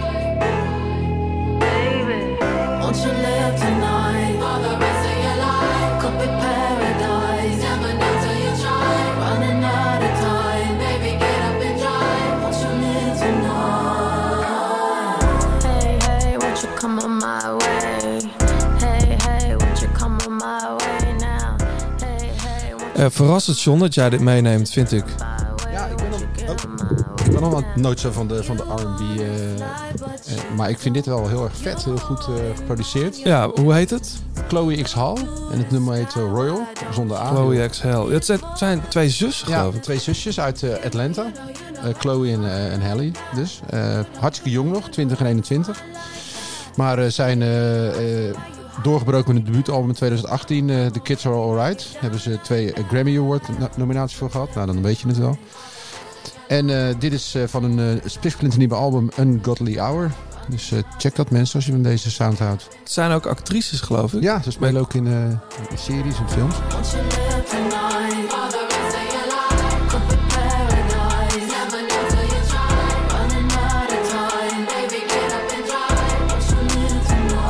H: Baby, won't you live tonight? For the rest of your life. Could be paradise. Never know till you try. Running out of time. Baby, get up and drive. Won't you live tonight? Hey, hey, won't you come on my way? Hey, hey, won't you come on my way now? Hey, hey, won't
A: Uh, verrassend, John, dat jij dit meeneemt, vind ik.
B: Ja, ik ben dan ook, ik ben nog nooit zo van de, van de R en B. Uh, uh, maar ik vind dit wel heel erg vet, heel goed uh, geproduceerd.
A: Ja, hoe heet het?
B: Chloe X Hall. En het nummer heet uh, Royal, zonder A.
A: Chloe X Hell. Het zijn, het zijn twee zussen,
B: Ja,
A: geloof ik.
B: twee zusjes uit uh, Atlanta. Uh, Chloe en, uh, en Halle dus. Uh, hartstikke jong nog, twintig en eenentwintig. Maar uh, zijn uh, uh, doorgebroken met een debuutalbum in twintig achttien. Uh, The Kids Are Alright. Daar hebben ze twee uh, Grammy Award no- nominaties voor gehad. Nou, dan weet je het wel. En uh, dit is uh, van een uh, splinternieuwe album Ungodly Hour. Dus uh, check dat mensen als je van deze sound houdt.
A: Het zijn ook actrices, geloof ik.
B: Ja, ze spelen ook in, uh, in series en films.
H: Won't you live tonight? For the rest of your life. Could be paradise. Never know till you try. Running out of time. Baby, get up and drive. Won't you live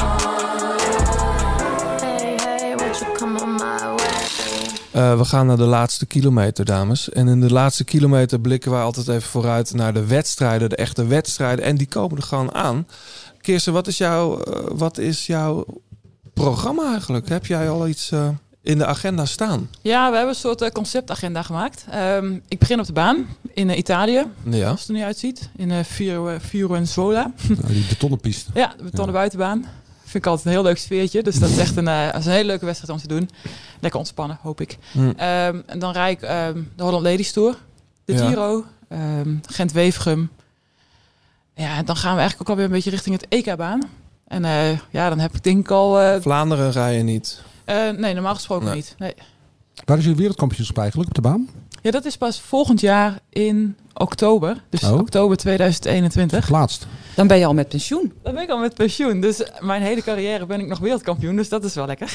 H: tonight? Hey, hey, won't you come on my way?
A: Uh, we gaan naar de laatste kilometer, dames. En in de laatste kilometer blikken wij altijd even vooruit naar de wedstrijden, de echte wedstrijden. En die komen er gewoon aan. Kirsten, wat is jouw, uh, wat is jouw programma eigenlijk? Heb jij al iets uh, in de agenda staan?
F: Ja, we hebben een soort uh, conceptagenda gemaakt. Um, ik begin op de baan in uh, Italië,
A: Ja.
F: als het er nu uitziet. In uh, Fiorenzuola.
B: Nou, die betonnenpiste.
F: Ja, de betonnen buitenbaan. Vind ik altijd een heel leuk sfeertje. Dus dat is echt een, uh, dat is een hele leuke wedstrijd om te doen. Lekker ontspannen, hoop ik.
A: Hm.
F: Um, en dan rijd ik um, de Holland Ladies Tour. De
A: Ja.
F: Giro. Um, Gent-Wevergem. Ja, en dan gaan we eigenlijk ook alweer een beetje richting het E K-baan. En uh, ja, dan heb ik denk ik al... Uh,
A: Vlaanderen rijden niet.
F: uh, nee, normaal gesproken
A: Nee.
F: niet. Nee.
B: Waar is jullie wereldkampioenschap eigenlijk op de baan?
F: Ja, dat is pas volgend jaar in oktober. Dus
B: Oh.
F: oktober tweeduizend eenentwintig.
B: Laatst.
G: Dan ben je al met pensioen.
F: Dan ben ik al met pensioen. Dus mijn hele carrière ben ik nog wereldkampioen. Dus dat is wel lekker.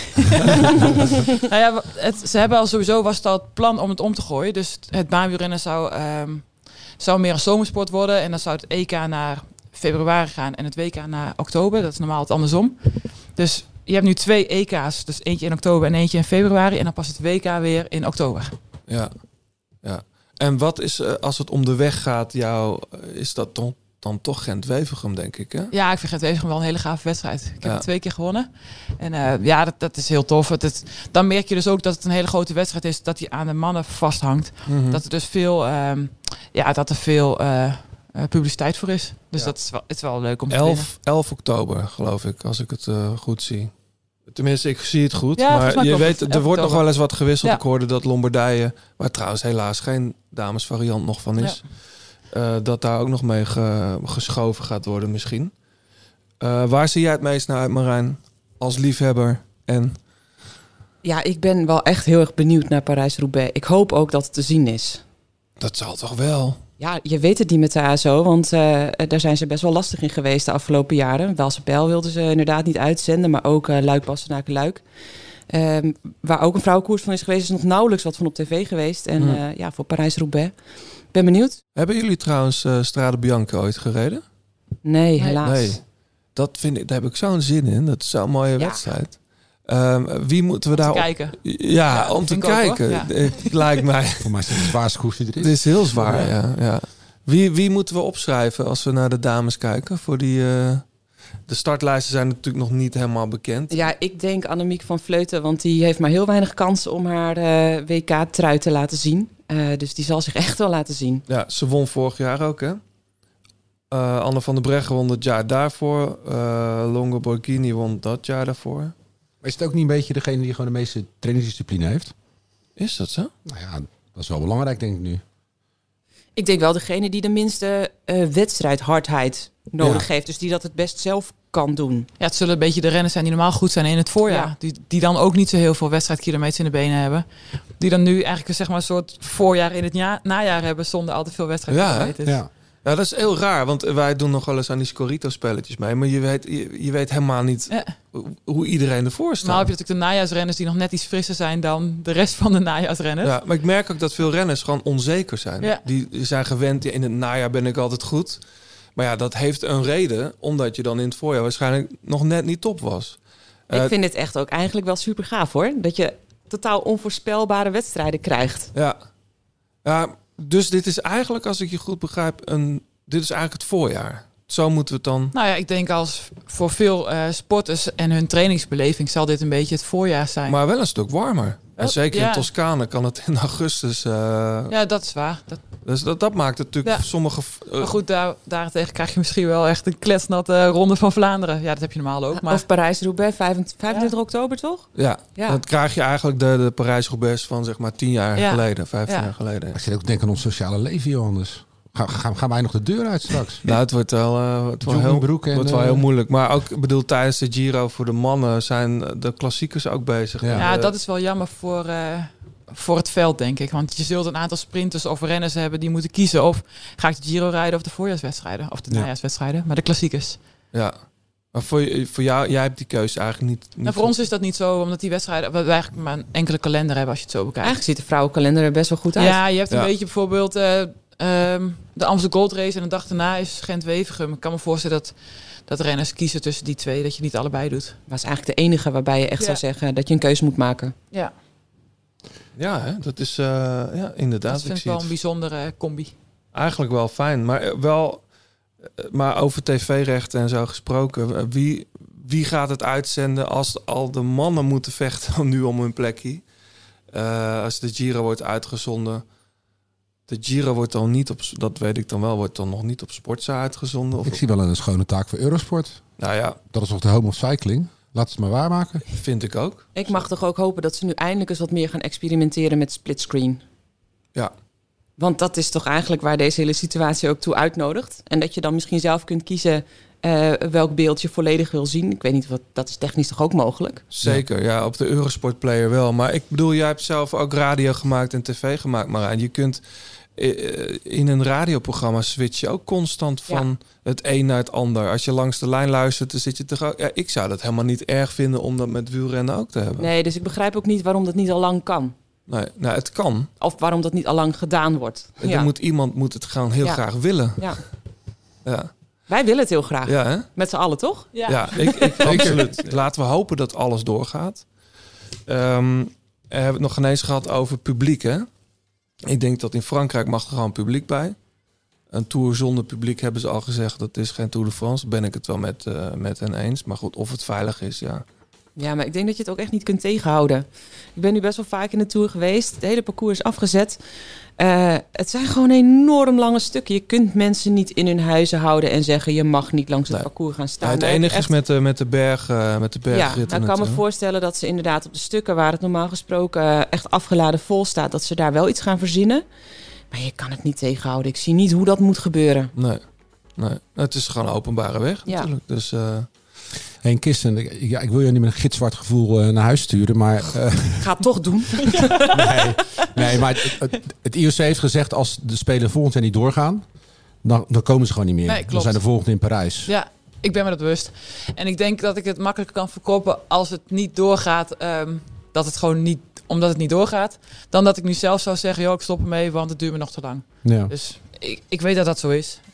F: nou ja, het, ze hebben al sowieso was het al het plan om het om te gooien. Dus het baanwielrennen zou, um, zou meer een zomersport worden. En dan zou het E K naar februari gaan en het W K naar oktober. Dat is normaal het andersom. Dus je hebt nu twee E K's. Dus eentje in oktober en eentje in februari. En dan pas het W K weer in oktober.
A: Ja. ja. En wat is, uh, als het om de weg gaat, jou, uh, is dat dan, dan toch Gent-Wevergem, denk ik, hè?
F: Ja, ik vind Gent-Wevergem wel een hele gave wedstrijd. Ik heb
A: Ja.
F: het twee keer gewonnen. En uh, ja, dat, dat is heel tof. Het, het, dan merk je dus ook dat het een hele grote wedstrijd is. Dat die aan de mannen vasthangt.
A: Mm-hmm.
F: Dat er dus veel, um, ja, dat er veel uh, uh, publiciteit voor is. Dus
A: Ja.
F: dat is wel, het is wel leuk om te winnen.
A: elf oktober, geloof ik, als ik het uh, goed zie. Tenminste, ik zie het goed.
F: Ja, volgens
A: maar
F: mij
A: je
F: klopt
A: weet,
F: het.
A: er
F: elf
A: wordt nog
F: oktober.
A: wel eens wat gewisseld.
F: Ja.
A: Ik hoorde dat Lombardije, waar trouwens helaas geen damesvariant nog van is, ja. uh, dat daar ook nog mee ge, geschoven gaat worden misschien. Uh, waar zie jij het meest naar uit, Marijn? Als liefhebber en...
G: Ja, ik ben wel echt heel erg benieuwd naar Parijs-Roubaix. Ik hoop ook dat het te zien is.
A: Dat zal toch wel?
G: Ja, je weet het niet met de A S O, want uh, daar zijn ze best wel lastig in geweest de afgelopen jaren. Waalse Pijl wilden ze inderdaad niet uitzenden, maar ook uh, Luik-Bastenaken-Luik. Um, waar ook een vrouwenkoers van is geweest, is nog nauwelijks wat van op tv geweest. En
A: Hmm.
G: uh, ja, voor Parijs-Roubaix. Ben benieuwd?
A: Hebben jullie trouwens uh, Strade Bianche ooit gereden?
G: Nee,
F: Nee.
G: helaas.
A: Nee. dat vind ik, daar heb ik zo'n zin in. Dat is zo'n mooie
G: Ja.
A: wedstrijd. Um, wie moeten we
F: Om te
A: daar...
F: kijken.
A: Ja,
F: Ja,
A: om te
F: vind ik ook,
A: kijken.
F: hoor. Ja.
A: Het lijkt mij...
B: Voor mij is het de zwaarste koers die er is.
A: Het is heel zwaar, ja. ja. Wie, wie moeten we opschrijven als we naar de dames kijken? Voor die, uh, de startlijsten zijn natuurlijk nog niet helemaal bekend.
G: Ja, ik denk Annemiek van Vleuten, want die heeft maar heel weinig kansen om haar uh, W K-trui te laten zien. Uh, dus die zal zich echt wel laten zien.
A: Ja, ze won vorig jaar ook, hè? Uh, Anne van der Breggen won het jaar daarvoor. Uh, Longo Borghini won dat jaar daarvoor.
B: Maar is het ook niet een beetje degene die gewoon de meeste trainingsdiscipline heeft?
A: Is dat zo?
B: Nou ja, dat is wel belangrijk, denk ik nu.
G: Ik denk wel degene die de minste uh, wedstrijdhardheid nodig
B: Ja.
G: heeft. Dus die dat het best zelf kan doen.
F: Ja, het zullen een beetje de renners zijn die normaal goed zijn in het voorjaar.
G: Ja.
F: Die, die dan ook niet zo heel veel wedstrijdkilometers in de benen hebben. Die dan nu eigenlijk zeg maar, een soort voorjaar in het ja- najaar hebben zonder al te veel wedstrijdkilometers.
B: Ja.
A: Ja, dat is heel raar, want wij doen nog wel eens aan die Scorito-spelletjes mee. Maar je weet, je, je weet helemaal niet
F: Ja.
A: hoe, hoe iedereen ervoor staat.
F: Maar heb je natuurlijk de najaarsrenners die nog net iets frisser zijn dan de rest van de najaarsrenners.
A: Ja, maar ik merk ook dat veel renners gewoon onzeker zijn.
F: Ja.
A: Die zijn gewend, ja, in het najaar ben ik altijd goed. Maar ja, dat heeft een reden, omdat je dan in het voorjaar waarschijnlijk nog net niet top was.
G: Ik
A: Uh,
G: vind het echt ook eigenlijk wel super gaaf hoor. Dat je totaal onvoorspelbare wedstrijden krijgt.
A: Ja. ja, dus dit is eigenlijk, als ik je goed begrijp, een, dit is eigenlijk het voorjaar. Zo moeten we het dan...
F: Nou ja, ik denk als voor veel uh, sporters en hun trainingsbeleving zal dit een beetje het voorjaar zijn.
A: Maar wel een stuk warmer. En
F: Oh,
A: zeker
F: ja.
A: in Toscane kan het in augustus... Uh,
F: Ja, dat is waar. Dat,
A: dus dat, dat maakt het natuurlijk
F: Ja.
A: sommige... Uh,
F: maar goed, daar, daarentegen krijg je misschien wel echt een kletsnatte ronde van Vlaanderen. Ja, dat heb je normaal ook. Maar
G: Of Parijs-Roubaix, vijfentwintig oktober toch?
A: ja,
G: Ja.
A: dan krijg je eigenlijk de, de Parijs-Roubaix van zeg maar tien jaar
F: Ja.
A: geleden, vijftien
F: Ja.
A: jaar geleden.
B: Ik zit ook te denken aan ons sociale leven, Johannes. Gaan, gaan, gaan wij nog de deur uit straks?
A: Nou, het wordt wel, uh, het wordt wel, heel,
B: Joggingbroek en,
A: wordt wel
B: uh,
A: heel moeilijk. Maar ook, ik bedoel, tijdens de Giro voor de mannen zijn de klassiekers ook bezig.
B: Ja.
A: En,
F: ja,
A: uh,
F: dat is wel jammer voor, uh, voor het veld, denk ik. Want je zult een aantal sprinters of renners hebben die moeten kiezen. Of ga ik de Giro rijden of de voorjaarswedstrijden. Of de
B: Ja.
F: najaarswedstrijden. Maar de klassiekers.
A: Ja. Maar voor, je- voor jou, jij hebt die keuze eigenlijk niet... niet
F: Nou, voor ons is dat niet zo, omdat die wedstrijden... we eigenlijk maar een enkele kalender hebben als je het zo bekijkt.
G: Eigenlijk ziet de vrouwenkalender er best wel goed uit.
F: Ja, je hebt een
A: Ja.
F: beetje bijvoorbeeld uh, um, de Amsterdam Gold Race en de dag daarna is Gent-Wevelgem. Ik kan me voorstellen dat, dat renners kiezen tussen die twee, dat je niet allebei doet.
G: Dat is eigenlijk de enige waarbij je echt
F: Ja.
G: zou zeggen dat je een keuze moet maken.
F: Ja,
A: Ja, hè, dat is uh, ja, inderdaad.
F: dat vind
A: ik
F: ik
A: zie
F: wel
A: het
F: een bijzondere combi.
A: eigenlijk wel fijn. Maar uh, wel, uh, maar over tv-rechten en zo gesproken. uh, Wie, wie gaat het uitzenden als al de mannen moeten vechten nu om hun plekje? Uh, als de Giro wordt uitgezonden. De Giro wordt dan niet op, dat weet ik dan wel, wordt dan nog niet op Sportza uitgezonden. Of
B: Ik zie wel een schone taak voor Eurosport.
A: Nou ja,
B: Dat is toch de home of cycling? Laat het maar waarmaken.
A: vind ik ook.
G: Ik mag toch ook hopen dat ze nu eindelijk eens wat meer gaan experimenteren met splitscreen.
A: Ja.
G: Want dat is toch eigenlijk waar deze hele situatie ook toe uitnodigt. En dat je dan misschien zelf kunt kiezen uh, welk beeld je volledig wil zien. Ik weet niet, wat dat is technisch toch ook mogelijk?
A: Zeker, ja, op de Eurosport Player wel. Maar ik bedoel, jij hebt zelf ook radio gemaakt en tv gemaakt, Marijn. Je kunt eh, in een radioprogramma switchen ook constant van het een naar het ander. Als je langs de lijn luistert, dan zit je toch ook... Ja, ik zou dat helemaal niet erg vinden om dat met wielrennen ook te hebben.
G: Nee, dus ik begrijp ook niet waarom dat niet al lang kan.
A: Nee, nou, het kan.
G: Of waarom dat niet al lang gedaan wordt.
A: En
G: Ja.
A: dan moet iemand moet het gewoon heel
G: Ja.
A: graag willen.
G: Ja.
A: Ja,
G: Wij willen het heel graag.
A: ja hè?
G: Met z'n allen, toch?
F: Ja,
A: Ja, ik, ik, absoluut. Laten we hopen dat alles doorgaat. Ehm we hebben het nog geen eens gehad over publiek, hè? Ik denk dat in Frankrijk mag er gewoon publiek bij. Een Tour zonder publiek hebben ze al gezegd, dat is geen Tour de France. Ben ik het wel met, uh, met hen eens. Maar goed, of het veilig is, ja.
G: Ja, maar ik denk dat je het ook echt niet kunt tegenhouden. Ik ben nu best wel vaak in de Tour geweest. Het hele parcours is afgezet. Uh, het zijn gewoon enorm lange stukken. Je kunt mensen niet in hun huizen houden en zeggen... je mag niet langs het
A: Nee.
G: parcours gaan staan.
A: Ja, het
G: Maar
A: enige
G: echt-
A: is met de, met de berg, uh, met de
G: Ja,
A: bergritten.
G: nou, ik kan me
A: natuurlijk.
G: voorstellen dat ze inderdaad op de stukken... waar het normaal gesproken uh, echt afgeladen vol staat... dat ze daar wel iets gaan verzinnen. Maar je kan het niet tegenhouden. Ik zie niet hoe dat moet gebeuren.
A: Nee, nee. Het is gewoon een openbare weg
G: Ja.
A: natuurlijk. Dus... Uh,
B: Heen Kisten, ik, ja, ik wil je niet met een gitzwart gevoel uh, naar huis sturen, maar... Uh,
G: Ik ga het toch doen.
B: nee, nee, maar het, het, het I O C heeft gezegd, als de Spelen volgend jaar niet doorgaan, dan, dan komen ze gewoon niet meer.
F: Nee, klopt.
B: Dan zijn de volgende in Parijs.
F: Ja, ik ben me dat bewust. En ik denk dat ik het makkelijker kan verkopen als het niet doorgaat. Um, dat het gewoon niet, omdat het niet doorgaat. Dan dat ik nu zelf zou zeggen, joh, ik stop ermee, want het duurt me nog te lang.
B: Ja.
F: Dus ik, ik weet dat dat zo is.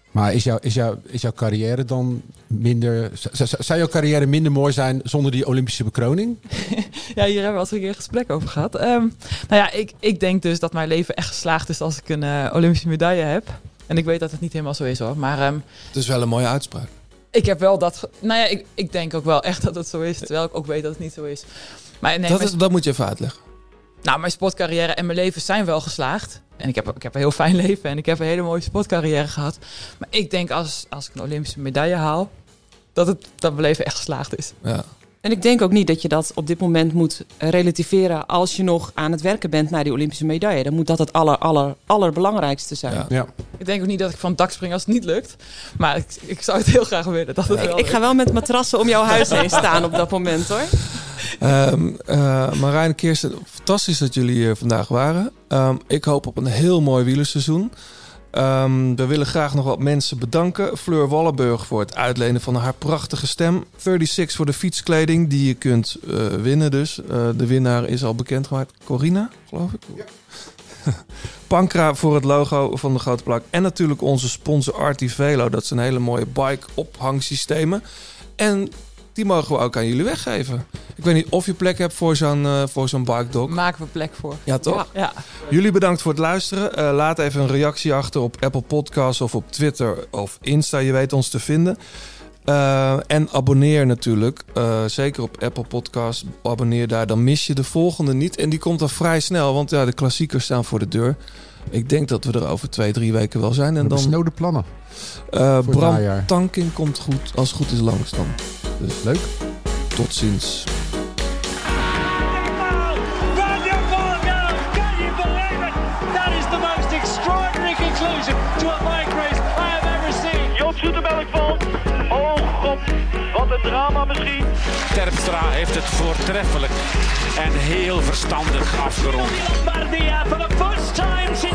B: Maar is, jou, is, jou, is jouw carrière dan minder... z- z- Zou jouw carrière minder mooi zijn zonder die Olympische bekroning?
F: Ja, hier hebben we al eens een keer een gesprek over gehad. Um, nou ja, ik, ik denk dus dat mijn leven echt geslaagd is als ik een uh, Olympische medaille heb. En ik weet dat het niet helemaal zo is hoor. Maar um,
A: Het is wel een mooie uitspraak.
F: ik heb wel dat... Ge- nou ja, ik, ik denk ook wel echt dat het zo is. Terwijl ik ook weet dat het niet zo is. Maar nee,
A: Dat,
F: mijn,
A: is, dat moet je even uitleggen.
F: nou, mijn sportcarrière en mijn leven zijn wel geslaagd. En ik heb, ik heb een heel fijn leven en ik heb een hele mooie sportcarrière gehad. Maar ik denk als, als ik een Olympische medaille haal, dat, het, dat mijn leven echt geslaagd is.
A: Ja.
G: En ik denk ook niet dat je dat op dit moment moet relativeren als je nog aan het werken bent naar die Olympische medaille. Dan moet dat het aller, aller, allerbelangrijkste zijn.
A: Ja.
B: Ja.
F: Ik denk ook niet dat ik van het dak spring als het niet lukt. Maar ik, ik zou het heel graag willen dat het
G: Ik,
F: wel
G: ik ga wel met matrassen om jouw huis heen staan op dat moment hoor.
A: Um, uh, Marijn, Kirsten, fantastisch dat jullie hier vandaag waren. Um, ik hoop op een heel mooi wielerseizoen. Um, we willen graag nog wat mensen bedanken. Fleur Wallenburg voor het uitlenen van haar prachtige stem. drieëndertig voor de fietskleding die je kunt uh, winnen dus. Uh, de winnaar is al bekendgemaakt. Corina, geloof ik? Ja. Pankra voor het logo van de Grote Plak. En natuurlijk onze sponsor Artivelo. Dat zijn hele mooie bike ophangsystemen. En die mogen we ook aan jullie weggeven. Ik weet niet of je plek hebt voor zo'n, uh, voor zo'n bike dog.
F: maken we plek voor.
A: Ja, toch?
F: Ja, ja.
A: Jullie bedankt voor het luisteren. Uh, laat even een reactie achter op Apple Podcasts of op Twitter of Insta. Je weet ons te vinden. Uh, en abonneer natuurlijk. Uh, zeker op Apple Podcasts. Abonneer daar. Dan mis je de volgende niet. En die komt dan vrij snel. Want ja, de klassiekers staan voor de deur. Ik denk dat we er over twee, drie weken wel zijn. En dan
B: Besnode plannen.
A: Uh,
B: het
A: Bram
B: najaar.
A: Tankink komt goed. Als het goed is langs dan. Dus
B: Leuk.
A: tot ziens.
J: That is the most extraordinary conclusion to a bike race I have ever seen. Joop Zoetemelk valt. Oh god, wat een drama misschien.
K: Terpstra heeft het voortreffelijk en heel verstandig afgerond.
J: Lombardia for the first time